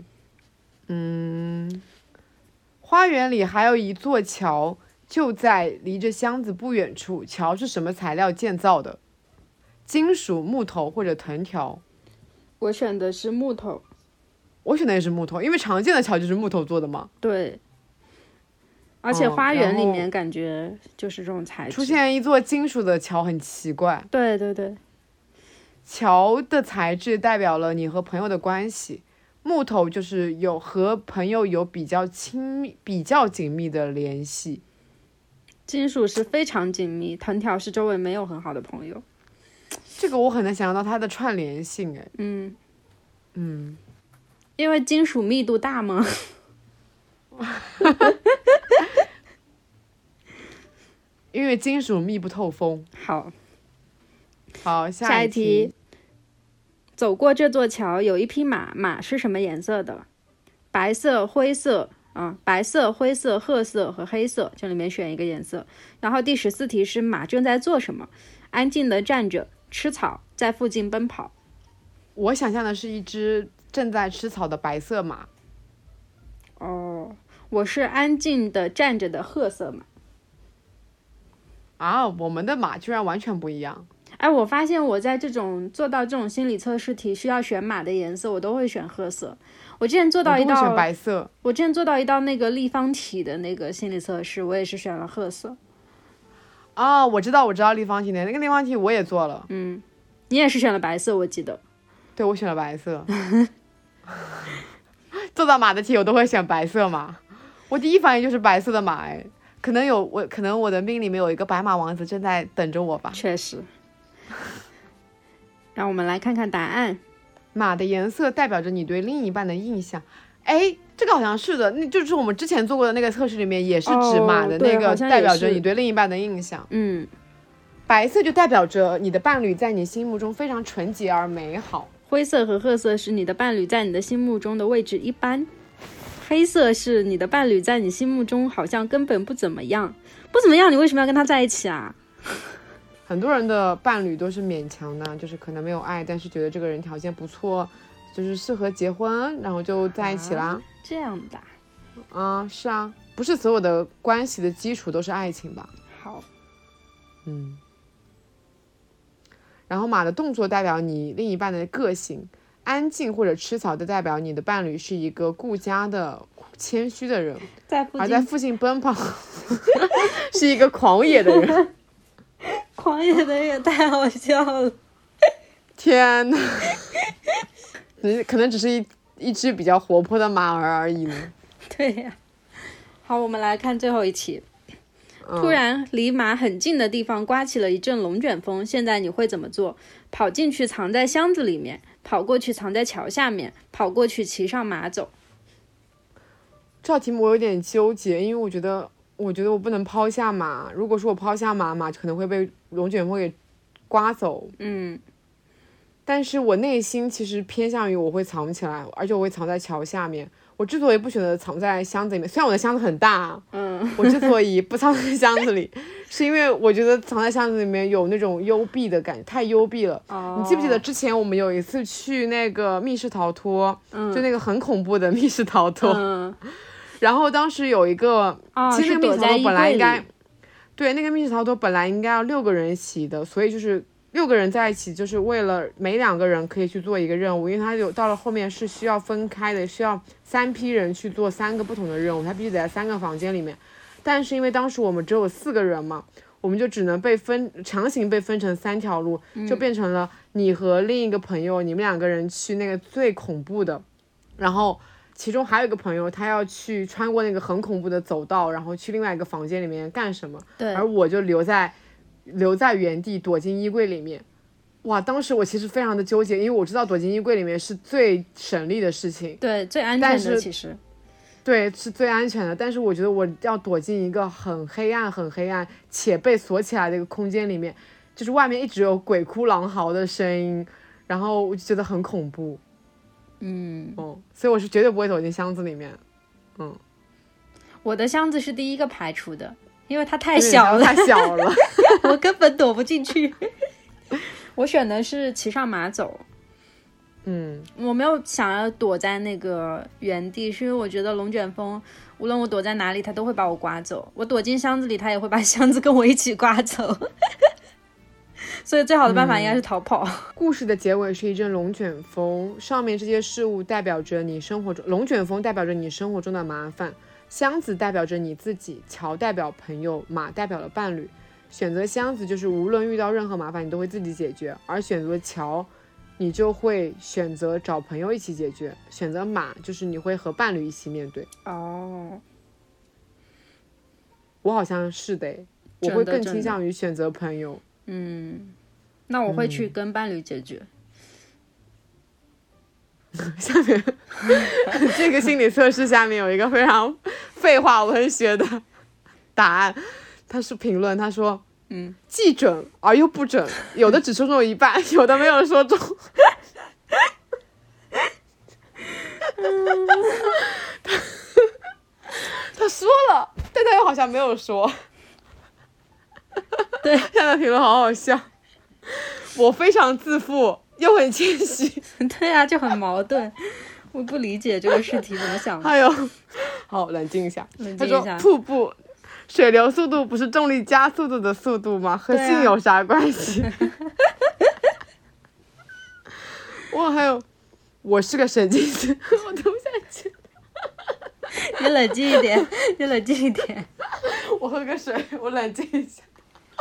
花园里还有一座桥，就在离着箱子不远处，桥是什么材料建造的？金属、木头或者藤条？ 我选的是木头。 我选的也是木头，因为常见的桥就是木头做的嘛。 对，而且花园里面感觉就是这种材质。 出现一座金属的桥很奇怪。 对对对。 桥的材质代表了你和朋友的关系，木头就是和朋友有比较紧密的联系。 金属是非常紧密，藤条是周围没有很好的朋友。 这个我很难想象到它的串联性。 因为金属密度大吗？ 因为金属密不透风。好，下一题。 走过这座桥有一匹马，马是什么颜色的？白色、灰色白色、灰色、褐色和黑色，这里面选一个颜色。然后第14题是马正在做什么？安静地站着，吃草，在附近奔跑。 我想象的是一只正在吃草的白色马。 我是安静地站着的褐色马。 我们的马居然完全不一样。 我发现我在做到这种心理测试题需要选马的颜色，我都会选褐色。我之前做到一道选白色。 我之前做到一道那个立方体的那个心理测试，我也是选了褐色。 我知道立方体那个立方体我也做了。 你也是选了白色，我记得。 对，我选了白色。做到马的题我都会选白色马，我第一反应就是白色的马。可能我的命里面有一个白马王子正在等着我吧。 确实。让我们来看看答案。 马的颜色代表着你对另一半的印象。这个好像是的，那就是我们之前做过的那个测试里面也是指马的那个代表着你对另一半的印象。白色就代表着你的伴侣在你心目中非常纯洁而美好。 灰色和褐色是你的伴侣在你的心目中的位置一般。黑色是你的伴侣在你心目中好像根本不怎么样。不怎么样，你为什么要跟他在一起啊？ 很多人的伴侣都是勉强的，就是可能没有爱，但是觉得这个人条件不错，就是适合结婚，然后就在一起啦。 这样的。 是啊，不是所有的关系的基础都是爱情吧。 好， 然后马的动作代表你另一半的个性，安静或者吃草的代表你的伴侣是一个顾家的谦虚的人，而在附近奔跑是一个狂野的人。 狂野的也太好笑了， 天哪可能只是一只比较活泼的马儿而已呢。 对呀。好，我们来看最后一题。突然离马很近的地方刮起了一阵龙卷风，现在你会怎么做？跑进去藏在箱子里面，跑过去藏在桥下面，跑过去骑上马走。 这道题目我有点纠结，因为我觉得我不能抛下马，如果说我抛下马，马可能会被龙卷风给刮走。但是我内心其实偏向于我会藏起来，而且我会藏在桥下面。我之所以不选择藏在箱子里面，虽然我的箱子很大，我之所以不藏在箱子里，是因为我觉得藏在箱子里面有那种幽闭的感觉，太幽闭了。你记不记得之前我们有一次去那个密室逃脱，就那个很恐怖的密室逃脱，然后当时有一个，其实那个密室逃脱本来应该，对，那个密室逃脱本来应该要6个人一起的，所以就是6个人在一起，就是为了每2个人可以去做一个任务，因为它到了后面是需要分开的，需要3批人去做3个不同的任务，它必须得在3个房间里面。但是因为当时我们只有4个人嘛，我们就只能强行被分成3条路，就变成了你和另一个朋友，你们2个人去那个最恐怖的，然后其中还有一个朋友他要去穿过那个很恐怖的走道，然后去另外一个房间里面干什么，而我就留在原地躲进衣柜里面。哇，当时我其实非常的纠结，因为我知道躲进衣柜里面是最省力的事情， 对，最安全的，其实对，是最安全的，但是我觉得我要躲进一个很黑暗且被锁起来的一个空间里面，就是外面一直有鬼哭狼嚎的声音，然后我就觉得很恐怖。所以我是绝对不会走进箱子里面。 我的箱子是第一个排除的，因为它太小了，我根本躲不进去。我选的是骑上马走。我没有想要躲在那个原地，是因为我觉得龙卷风无论我躲在哪里它都会把我刮走，我躲进箱子里它也会把箱子跟我一起刮走。所以最好的办法应该是逃跑。 故事的结尾是一阵龙卷风，上面这些事物代表着你生活中，龙卷风代表着你生活中的麻烦，箱子代表着你自己，桥代表朋友，马代表了伴侣。选择箱子就是无论遇到任何麻烦你都会自己解决，而选择桥你就会选择找朋友一起解决，选择马就是你会和伴侣一起面对。我好像是的，我会更倾向于选择朋友。 那我会去跟伴侣解决。 下面这个心理测试下面有一个非常废话文学的答案，他是评论，他说既准而又不准，有的只说中一半，有的没有说中。他说了，但他又好像没有说。 对， 现在评论好好笑。我非常自负又很谦虚。 对啊，就很矛盾。我不理解这个试题怎么想的。 还有，好，冷静一下。他说瀑布水流速度不是重力加速度的速度吗？和性有啥关系？哇，还有，我是个神经质，我读不下去。 你冷静一点，你冷静一点。 我喝个水，我冷静一下。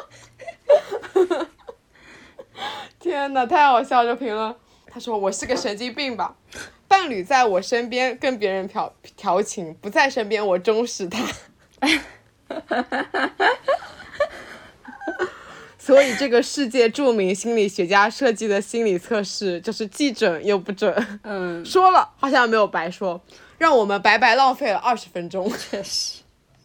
天哪，太好笑！这评论，他说我是个神经病吧？伴侣在我身边跟别人调情，不在身边我忠实他。所以这个世界著名心理学家设计的心理测试就是既准又不准。说了好像没有白说，让我们白白浪费了20分钟。 确实。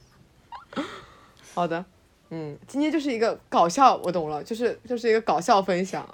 好的。今天就是一个搞笑，我懂了，就是一个搞笑分享，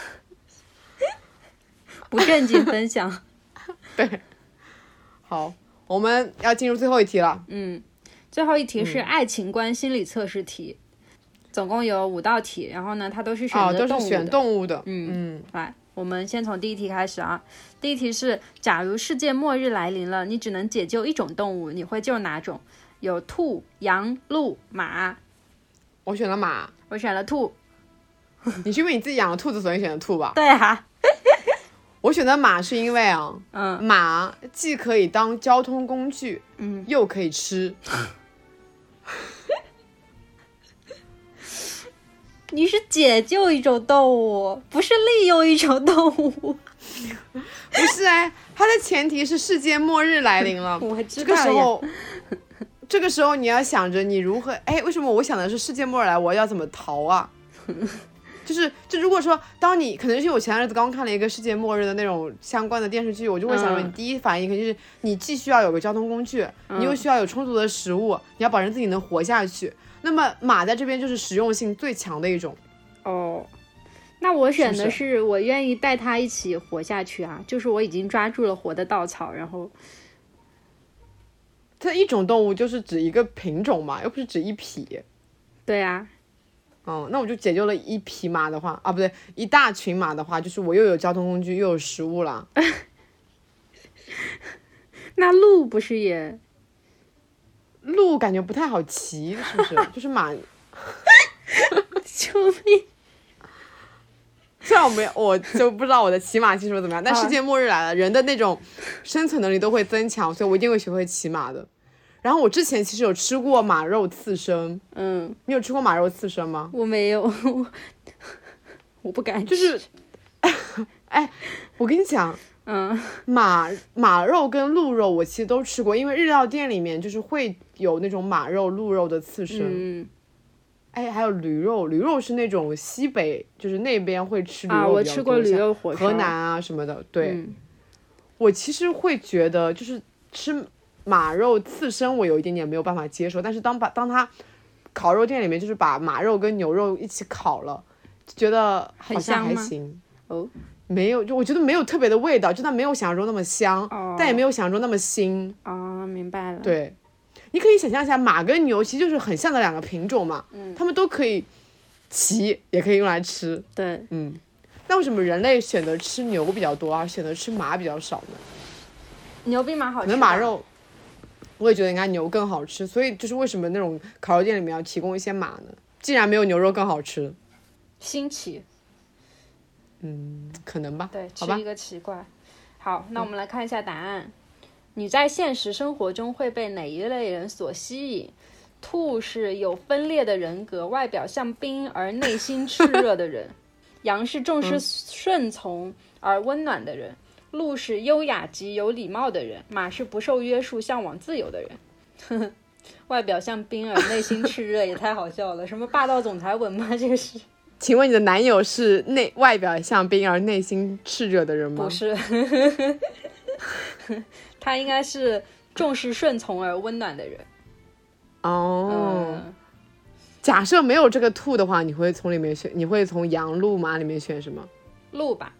不正经分享。 对，好，我们要进入最后一题了。 最后一题是爱情观心理测试题。 总共有5道题，然后呢，它都是选择动物的。 都是选动物的。 来，我们先从第一题开始啊。第一题是：假如世界末日来临了，你只能解救一种动物，你会救哪种？有兔、羊、鹿、马。 我选了马。 我选了兔。 你是因为你自己养了兔子所以选的兔吧？ 对啊。 我选的马是因为马既可以当交通工具，又可以吃。 你是解救一种动物，不是利用一种动物。 不是它的前提是世界末日来临了。 我知道呀。 这个时候你要想着你如何，为什么我想的是世界末日来，我要怎么逃啊？就如果说当你可能是我前段日子刚看了一个世界末日的那种相关的电视剧，我就会想说，你第一反应肯定是你既需要有个交通工具，你又需要有充足的食物，你要保证自己能活下去。那么马在这边就是实用性最强的一种。 那我选的是我愿意带它一起活下去啊，就是我已经抓住了活的稻草，然后它一种动物就是指一个品种嘛，又不是指一匹。 对啊。 那我就解救了一匹马的话不对，一大群马的话，就是我又有交通工具又有食物了。 那鹿不是也？ 鹿感觉不太好骑，是不是？就是马。 救命！ 虽然我就不知道我的骑马技术怎么样，但世界末日来了，人的那种生存能力都会增强，所以我一定会学会骑马的。然后我之前其实有吃过马肉刺身。你有吃过马肉刺身吗？ 我没有。我不敢吃。 就是我跟你讲，马肉跟鹿肉我其实都吃过，因为日料店里面就是会有那种马肉鹿肉的刺身。还有驴肉，驴肉是那种西北就是那边会吃驴肉比较多， 我吃过驴肉火烧， 河南啊什么的。对。我其实会觉得就是吃马肉刺身我有一点点没有办法接受，但是当它烤肉店里面就是把马肉跟牛肉一起烤了，就觉得好像还行。没有，就我觉得没有特别的味道，就它没有想象中那么香，但也没有想象中那么腥。 明白了。 对，你可以想象一下，马跟牛其实就是很像的两个品种嘛，它们都可以骑，也可以用来吃。 对。 那为什么人类选择吃牛比较多，选择吃马比较少呢？ 牛比马好吃。 可能马肉。我也觉得应该牛更好吃，所以就是为什么那种烤肉店里面要提供一些马呢？既然没有牛肉更好吃。 新奇。 可能吧。 对，吃一个奇怪。好，那我们来看一下答案。你在现实生活中会被哪一类人所吸引？兔是有分裂的人格，外表像冰而内心炽热的人。羊是重视顺从而温暖的人。鹿是优雅及有礼貌的人，马是不受约束向往自由的人。外表像冰而内心炽热也太好笑了，什么霸道总裁文吗？这个是。 请问你的男友是外表像冰而内心炽热的人吗？ 不是。他应该是重视顺从而温暖的人。 假设没有这个兔的话，你会从里面选？你会从羊鹿马里面选什么？ 鹿吧。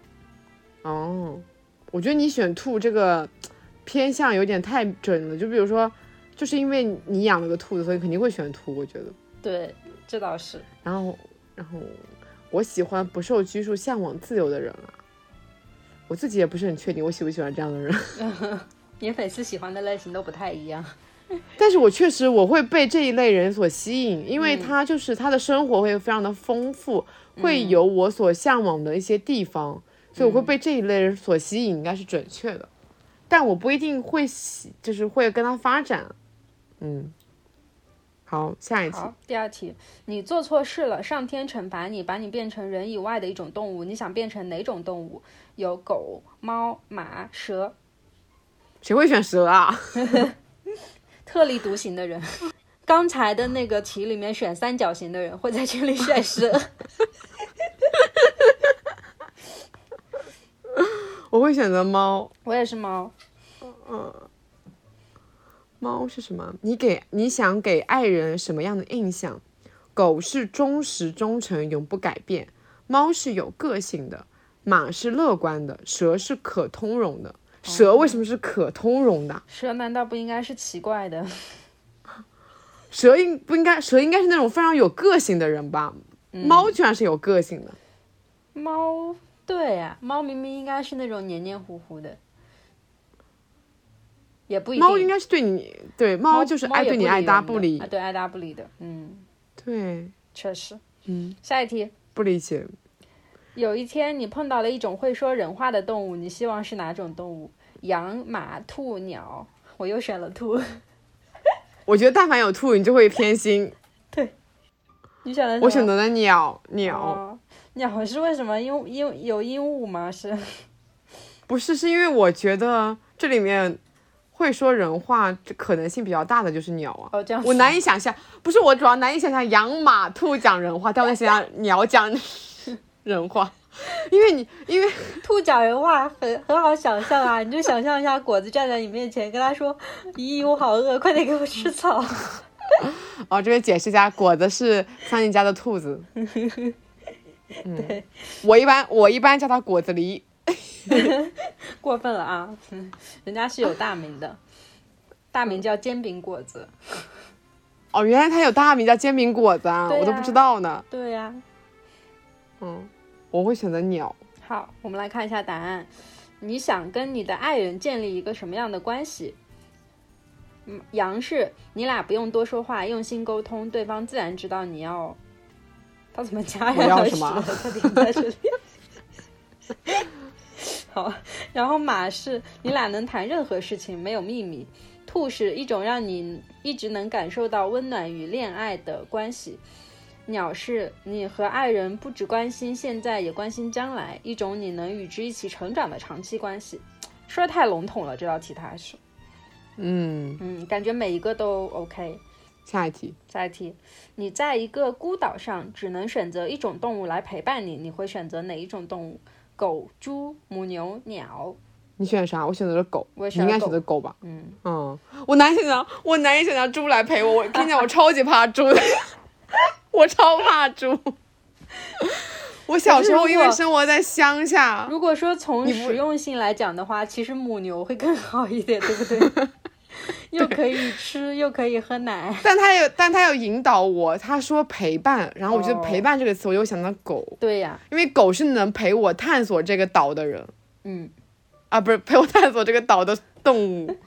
我觉得你选兔这个偏向有点太准了，就比如说就是因为你养了个兔子，所以肯定会选兔，我觉得。 对，这倒是。 然后我喜欢不受拘束向往自由的人啊，我自己也不是很确定我喜不喜欢这样的人。 你粉丝喜欢的类型都不太一样。 但是我确实我会被这一类人所吸引，因为他就是他的生活会非常的丰富，会有我所向往的一些地方，所以我会被这一类人所吸引，应该是准确的。但我不一定会就是会跟他发展。好，下一题。 好，第二题，你做错事了，上天惩罚你，把你变成人以外的一种动物，你想变成哪种动物？有狗、猫、马、蛇。 谁会选蛇啊？ 特立独行的人。刚才的那个题里面选三角形的人会在这里选蛇。 我会选择猫。 我也是猫。 猫是什么？你想给爱人什么样的印象？狗是忠实忠诚永不改变，猫是有个性的，马是乐观的，蛇是可通融的。蛇为什么是可通融的？ 蛇难道不应该是奇怪的？ 蛇应该是那种非常有个性的人吧？猫居然是有个性的。 猫，对呀，猫明明应该是那种黏黏糊糊的，也不一定。 猫应该是对猫就是爱对你爱答不理， 对，爱答不理的。 对， 确实。下一题， 不理解。 有一天你碰到了一种会说人话的动物，你希望是哪种动物？羊、马、兔、鸟。我又选了兔。 我觉得但凡有兔，你就会偏心。 对，你选了什么？ 我选择了鸟。 鸟是为什么？因为有鹦鹉吗？是？ 不是，是因为我觉得这里面会说人话可能性比较大的就是鸟啊。 哦，这样。 我难以想象，不是我主要难以想象羊马兔讲人话，但我在想象鸟讲人话。因为兔讲人话很好想象啊，你就想象一下果子站在你面前跟他说，咦，我好饿，快点给我吃草。 这边解释一下，果子是苍蝇家的兔子。 对， 我一般叫它果子狸。 过分了啊，人家是有大名的，大名叫煎饼果子。 原来它有大名叫煎饼果子啊，我都不知道呢。 对呀。 我会选择鸟。 好，我们来看一下答案。你想跟你的爱人建立一个什么样的关系？羊是你俩不用多说话，用心沟通，对方自然知道你要。他怎么加我要什么？ 他停在这里。好，然后马是你俩能谈任何事情，没有秘密。兔是一种让你一直能感受到温暖与恋爱的关系。鸟是你和爱人不只关心现在，也关心将来，一种你能与之一起成长的长期关系。说得太笼统了，这道题它还是。感觉每一个都 OK。 下一题， 你在一个孤岛上，只能选择一种动物来陪伴你，你会选择哪一种动物？狗、猪、母牛、鸟。 你选啥？我选择了狗。 我也选了狗。 你应该选择狗吧？我难以想象猪来陪我。我跟你讲，我超级怕猪的。我超怕猪。我小时候因为生活在乡下。 如果说从实用性来讲的话，其实母牛会更好一点，对不对？又可以吃又可以喝奶。 但他有引导我，他说陪伴，然后我觉得陪伴这个词我又想到狗。 对呀， 因为狗是能陪我探索这个岛的人。不是陪我探索这个岛的动物。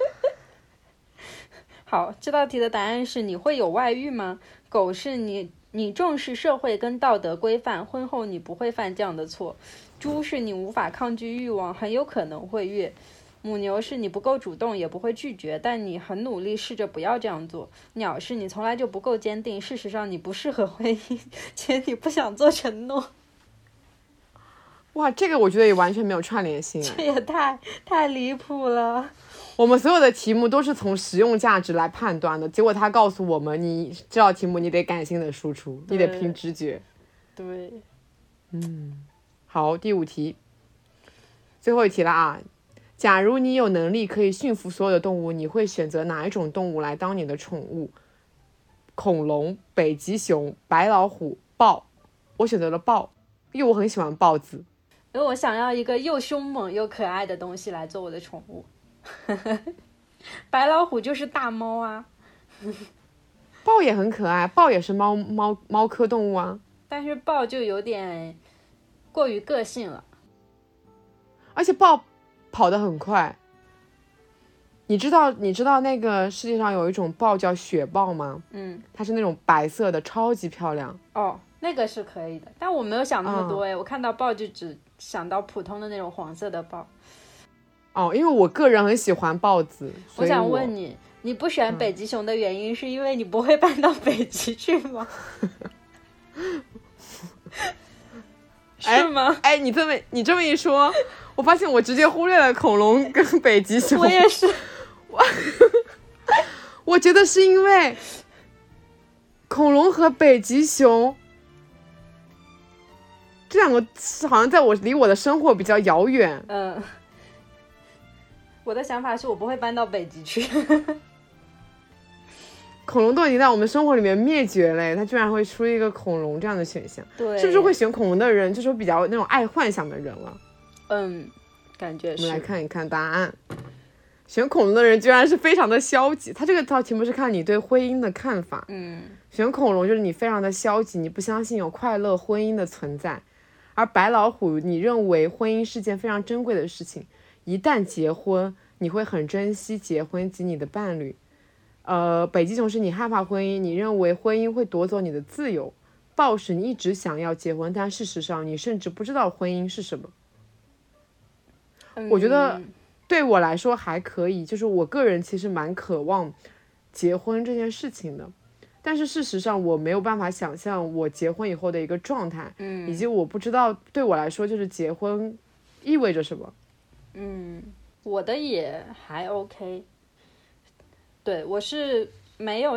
好，这道题的答案是你会有外遇吗？狗是你重视社会跟道德规范，婚后你不会犯这样的错。猪是你无法抗拒欲望，很有可能会越。母牛是你不够主动也不会拒绝，但你很努力试着不要这样做。鸟是你从来就不够坚定，事实上你不适合婚姻，且你不想做承诺。 哇，这个我觉得也完全没有串联性。 这也太离谱了。 我们所有的题目都是从实用价值来判断的，结果他告诉我们，你这道题目你得感性的输出，你得凭直觉。 对。 好，第5题，最后一题了啊。假如你有能力可以驯服所有的动物，你会选择哪一种动物来当你的宠物？恐龙、北极熊、白老虎、豹。我选择了豹，因为我很喜欢豹子。 因为我想要一个又凶猛又可爱的东西来做我的宠物。白老虎就是大猫啊。 豹也很可爱，豹也是猫科动物啊。 但是豹就有点过于个性了。 而且豹跑得很快。你知道那个世界上有一种豹叫雪豹吗？它是那种白色的，超级漂亮。 那个是可以的，但我没有想那么多我看到豹就只想到普通的那种黄色的豹。 因为我个人很喜欢豹子。 我想问你，你不选北极熊的原因是因为你不会搬到北极去吗？是吗？ 你这么一说，我发现我直接忽略了恐龙跟北极熊。 我也是。 我觉得是因为恐龙和北极熊这两个好像离我的生活比较遥远。 我的想法是我不会搬到北极去。 恐龙都已经在我们生活里面灭绝了，它居然会出一个恐龙这样的选项。 对， 是不是会选恐龙的人就是比较那种爱幻想的人了？ 感觉是。 我们来看一看答案。 选恐龙的人居然是非常的消极，他这个道题目是看你对婚姻的看法。选恐龙就是你非常的消极，你不相信有快乐婚姻的存在。而白老虎，你认为婚姻是件非常珍贵的事情，一旦结婚，你会很珍惜结婚及你的伴侣。北极熊是你害怕婚姻，你认为婚姻会夺走你的自由。豹是你一直想要结婚，但事实上你甚至不知道婚姻是什么。我觉得对我来说还可以，就是我个人其实蛮渴望结婚这件事情的，但是事实上我没有办法想象我结婚以后的一个状态，以及我不知道对我来说就是结婚意味着什么。 我的也还 OK。对，我是没有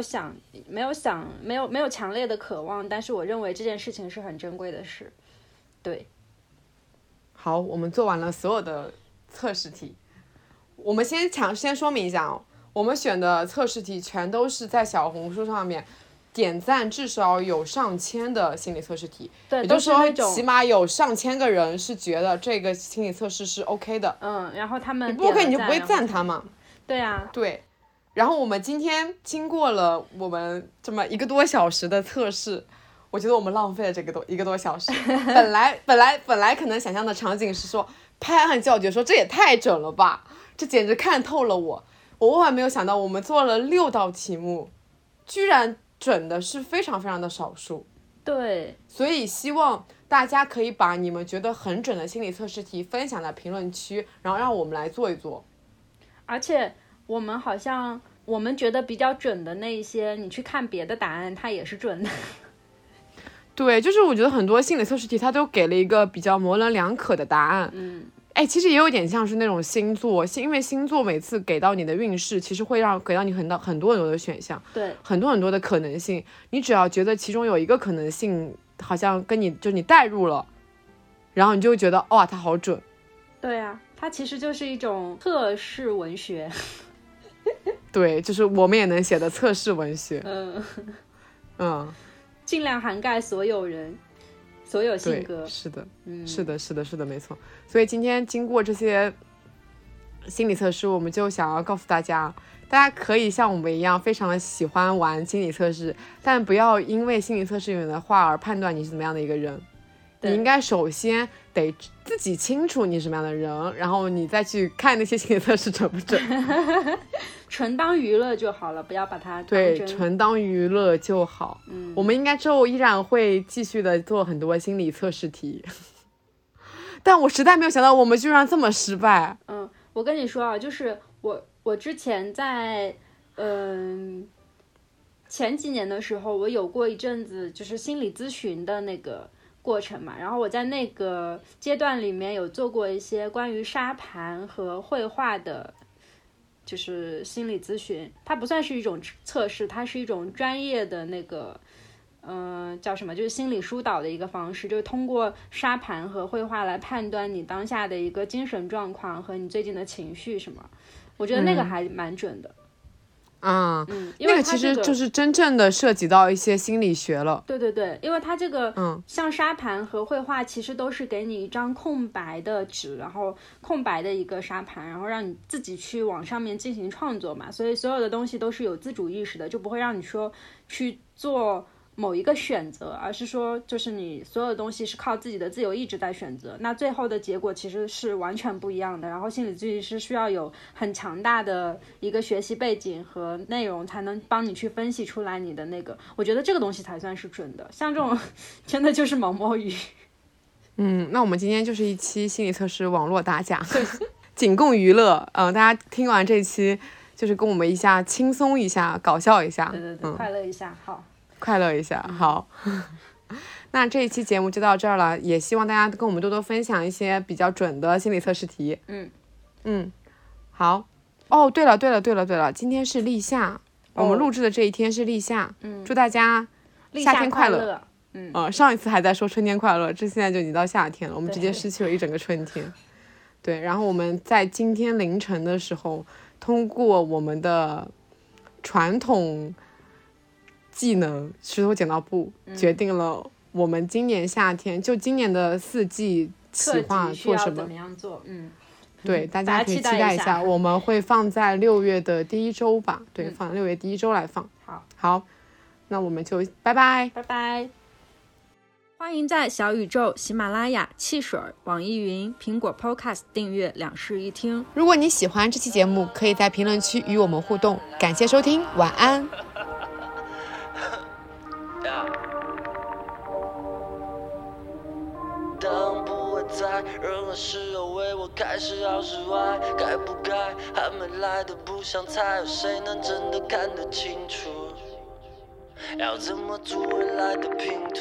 强烈的渴望，但是我认为这件事情是很珍贵的事。对， 好，我们做完了所有的测试题，我们先说明一下哦，我们选的测试题全都是在小红书上面点赞至少有上千的心理测试题， 对， 也就是说起码有上千个人是觉得这个心理测试是 OK 的。 然后他们你不 OK 你就不会赞他嘛。 对啊， 对。然后我们今天经过了我们这么1个多小时的测试，我觉得我们浪费了一个多小时。本来可能想象的场景是说拍案叫绝，说这也太准了吧，这简直看透了我。我万万没有想到，我们做了6道题目，居然准的是非常非常的少数。 对，所以希望大家可以把你们觉得很准的心理测试题分享在评论区，然后让我们来做一做。 而且我们觉得比较准的那一些，你去看别的答案它也是准的。 对，就是我觉得很多心理测试题它都给了一个比较模棱两可的答案。其实也有点像是那种星座，因为星座每次给到你的运势其实会给到你很多的选项， 对， 很多的可能性，你只要觉得其中有一个可能性好像跟你就你带入了，然后你就会觉得哇它好准。 对啊，它其实就是一种测试文学。 对，就是我们也能写的测试文学。 尽量涵盖所有人所有性格。 是的，是的，没错。所以今天经过这些心理测试，我们就想要告诉大家可以像我们一样非常的喜欢玩心理测试，但不要因为心理测试里面的话而判断你是怎么样的一个人。你应该首先得自己清楚你是什么样的人，然后你再去看那些心理测试准不准。 纯当娱乐就好了，不要把它当真。 对，纯当娱乐就好。我们应该之后依然会继续的做很多心理测试题。但我实在没有想到我们居然这么失败。 我跟你说啊，就是我之前在前几年的时候，我有过一阵子就是心理咨询的那个过程嘛，然后我在那个阶段里面有做过一些关于沙盘和绘画的就是心理咨询。它不算是一种测试，它是一种专业的那个叫什么，就是心理疏导的一个方式，就是通过沙盘和绘画来判断你当下的一个精神状况和你最近的情绪什么。我觉得那个还蛮准的。 那个其实就是真正的涉及到一些心理学了。 对对对，因为它这个像沙盘和绘画其实都是给你一张空白的纸，然后空白的一个沙盘，然后让你自己去往上面进行创作嘛，所以所有的东西都是有自主意识的，就不会让你说去做某一个选择，而是说就是你所有的东西是靠自己的自由意志在选择，那最后的结果其实是完全不一样的。然后心理咨询师需要有很强大的一个学习背景和内容才能帮你去分析出来你的那个，我觉得这个东西才算是准的，像这种真的就是毛毛雨。 那我们今天就是一期心理测试网络打假，仅供娱乐。大家听完这期就是跟我们一下轻松一下，搞笑一下， 对对对，快乐一下，好。 快乐一下，好。那这一期节目就到这儿了，也希望大家跟我们多多分享一些比较准的心理测试题。好。对了，今天是立夏，我们录制的这一天是立夏。祝大家夏天快乐。上一次还在说春天快乐，这现在就已经到夏天了，我们直接失去了一整个春天。对，然后我们在今天凌晨的时候，通过我们的传统技能石头剪刀布，决定了我们今年夏天就今年的4季企划做什么， 怎么样做。 对，大家可以期大家期待一下待一下，我们会放在6月的第1周吧，对，放6月第1周来放。好，那我们就拜拜， 拜拜。欢迎在小宇宙、喜马拉雅、汽水、网易云、苹果 Podcast 订阅两室一厅。 如果你喜欢这期节目，可以在评论区与我们互动。感谢收听，晚安。 当不会在任何时候为我开始好是坏，该不该还没来的不想猜，有谁能真的看得清楚？要怎么组未来的拼图？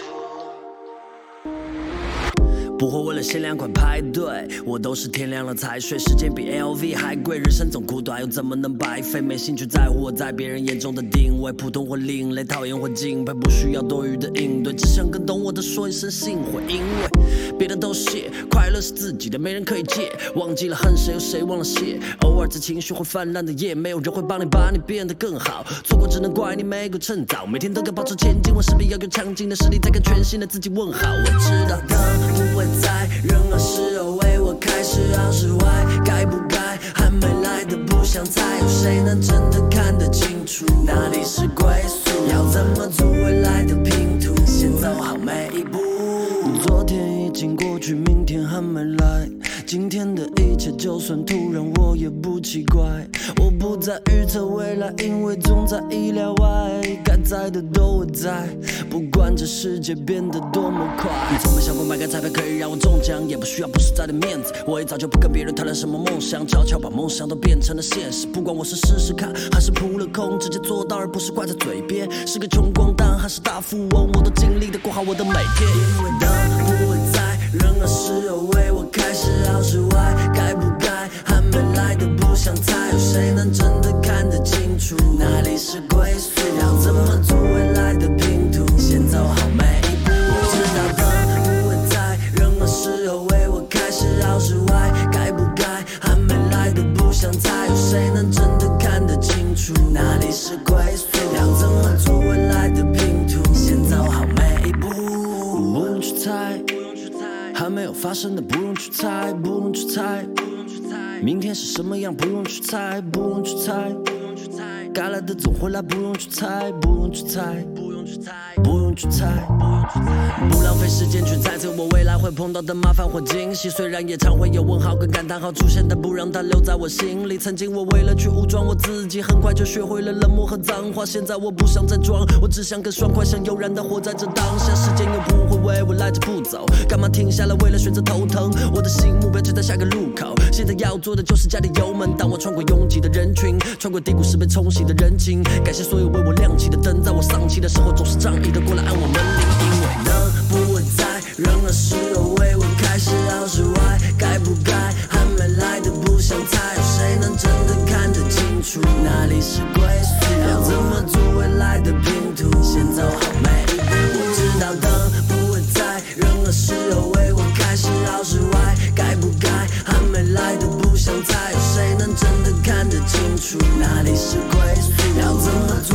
不会为了限量款排队，我都是天亮了才睡，时间比 LV 还贵，人生总苦短，又怎么能白费？没兴趣在乎我在别人眼中的定位，普通或另类，讨厌或敬佩，不需要多余的应对，只想跟懂我的说一声幸会，因为别的都谢，快乐是自己的，没人可以借，忘记了恨谁，有谁忘了谢？偶尔在情绪会泛滥的夜，没有人会帮你把你变得更好，错过只能怪你没够趁早，每天都要保持前进，我势必要有强劲的实力，才跟全新的自己问好。我知道的不会在任何时候为我开始好是坏，该不该还没来的不想猜，有谁能真的看得清楚？哪里是归宿？要怎么组未来的拼图？先走好每一步。昨天已经过去，明天还没来，今天的一切就算突然我也不奇怪，我不再预测未来，因为总在意料外，该在的都会在，不管这世界变得多么快。你从没想过买个彩票可以让我中奖，也不需要不实在的面子，我也早就不跟别人谈论什么梦想，悄悄把梦想都变成了现实，不管我是试试看还是扑了空，直接做到而不是挂在嘴边，是个穷光蛋还是大富翁，我都尽力的过好我的每天，因为当不会在任何时候为我开始好是坏，该不该还没来的不想猜，有谁能真的看得清楚？哪里是归宿？要怎么组未来的拼图？先走好每一步。我知道的不会在任何时候为我开始好是坏，该不该还没来的不想猜，有谁能真的看得清楚？哪里是归宿？要怎么组未来的拼图？先走好每一步。不用去猜，还没有发生的不用去猜，不用去猜，明天是什么样不用去猜，不用去猜，该来的总会来，不用去猜，不用去猜，不用去猜，不用去猜，不浪费时间去猜测我未来会碰到的麻烦或惊喜，虽然也常会有问号跟感叹号出现，但不让它留在我心里。曾经我为了去武装我自己，很快就学会了冷漠和脏话，现在我不想再装，我只想更爽快，想悠然地活在这当下，时间又不会为我赖着不走，干嘛停下来为了选择头疼？我的新目标就在下个路口，现在要做的就是加点油门，当我穿过拥挤的人群，穿过低谷时被冲洗的人情，感谢所有为我亮起的灯，在我丧气的时候总是仗义的过来按我门铃，因为能不会在任何时候为我开始好是坏，该不该还没来的不想猜，有谁能真的看得清楚？哪里是归宿？要怎么组未来的拼图？先走好每一步。我知道的不会在任何时候为我开始好是坏，该不该还没来的不想猜，有谁能真的看得清楚？哪里是归宿？要怎么做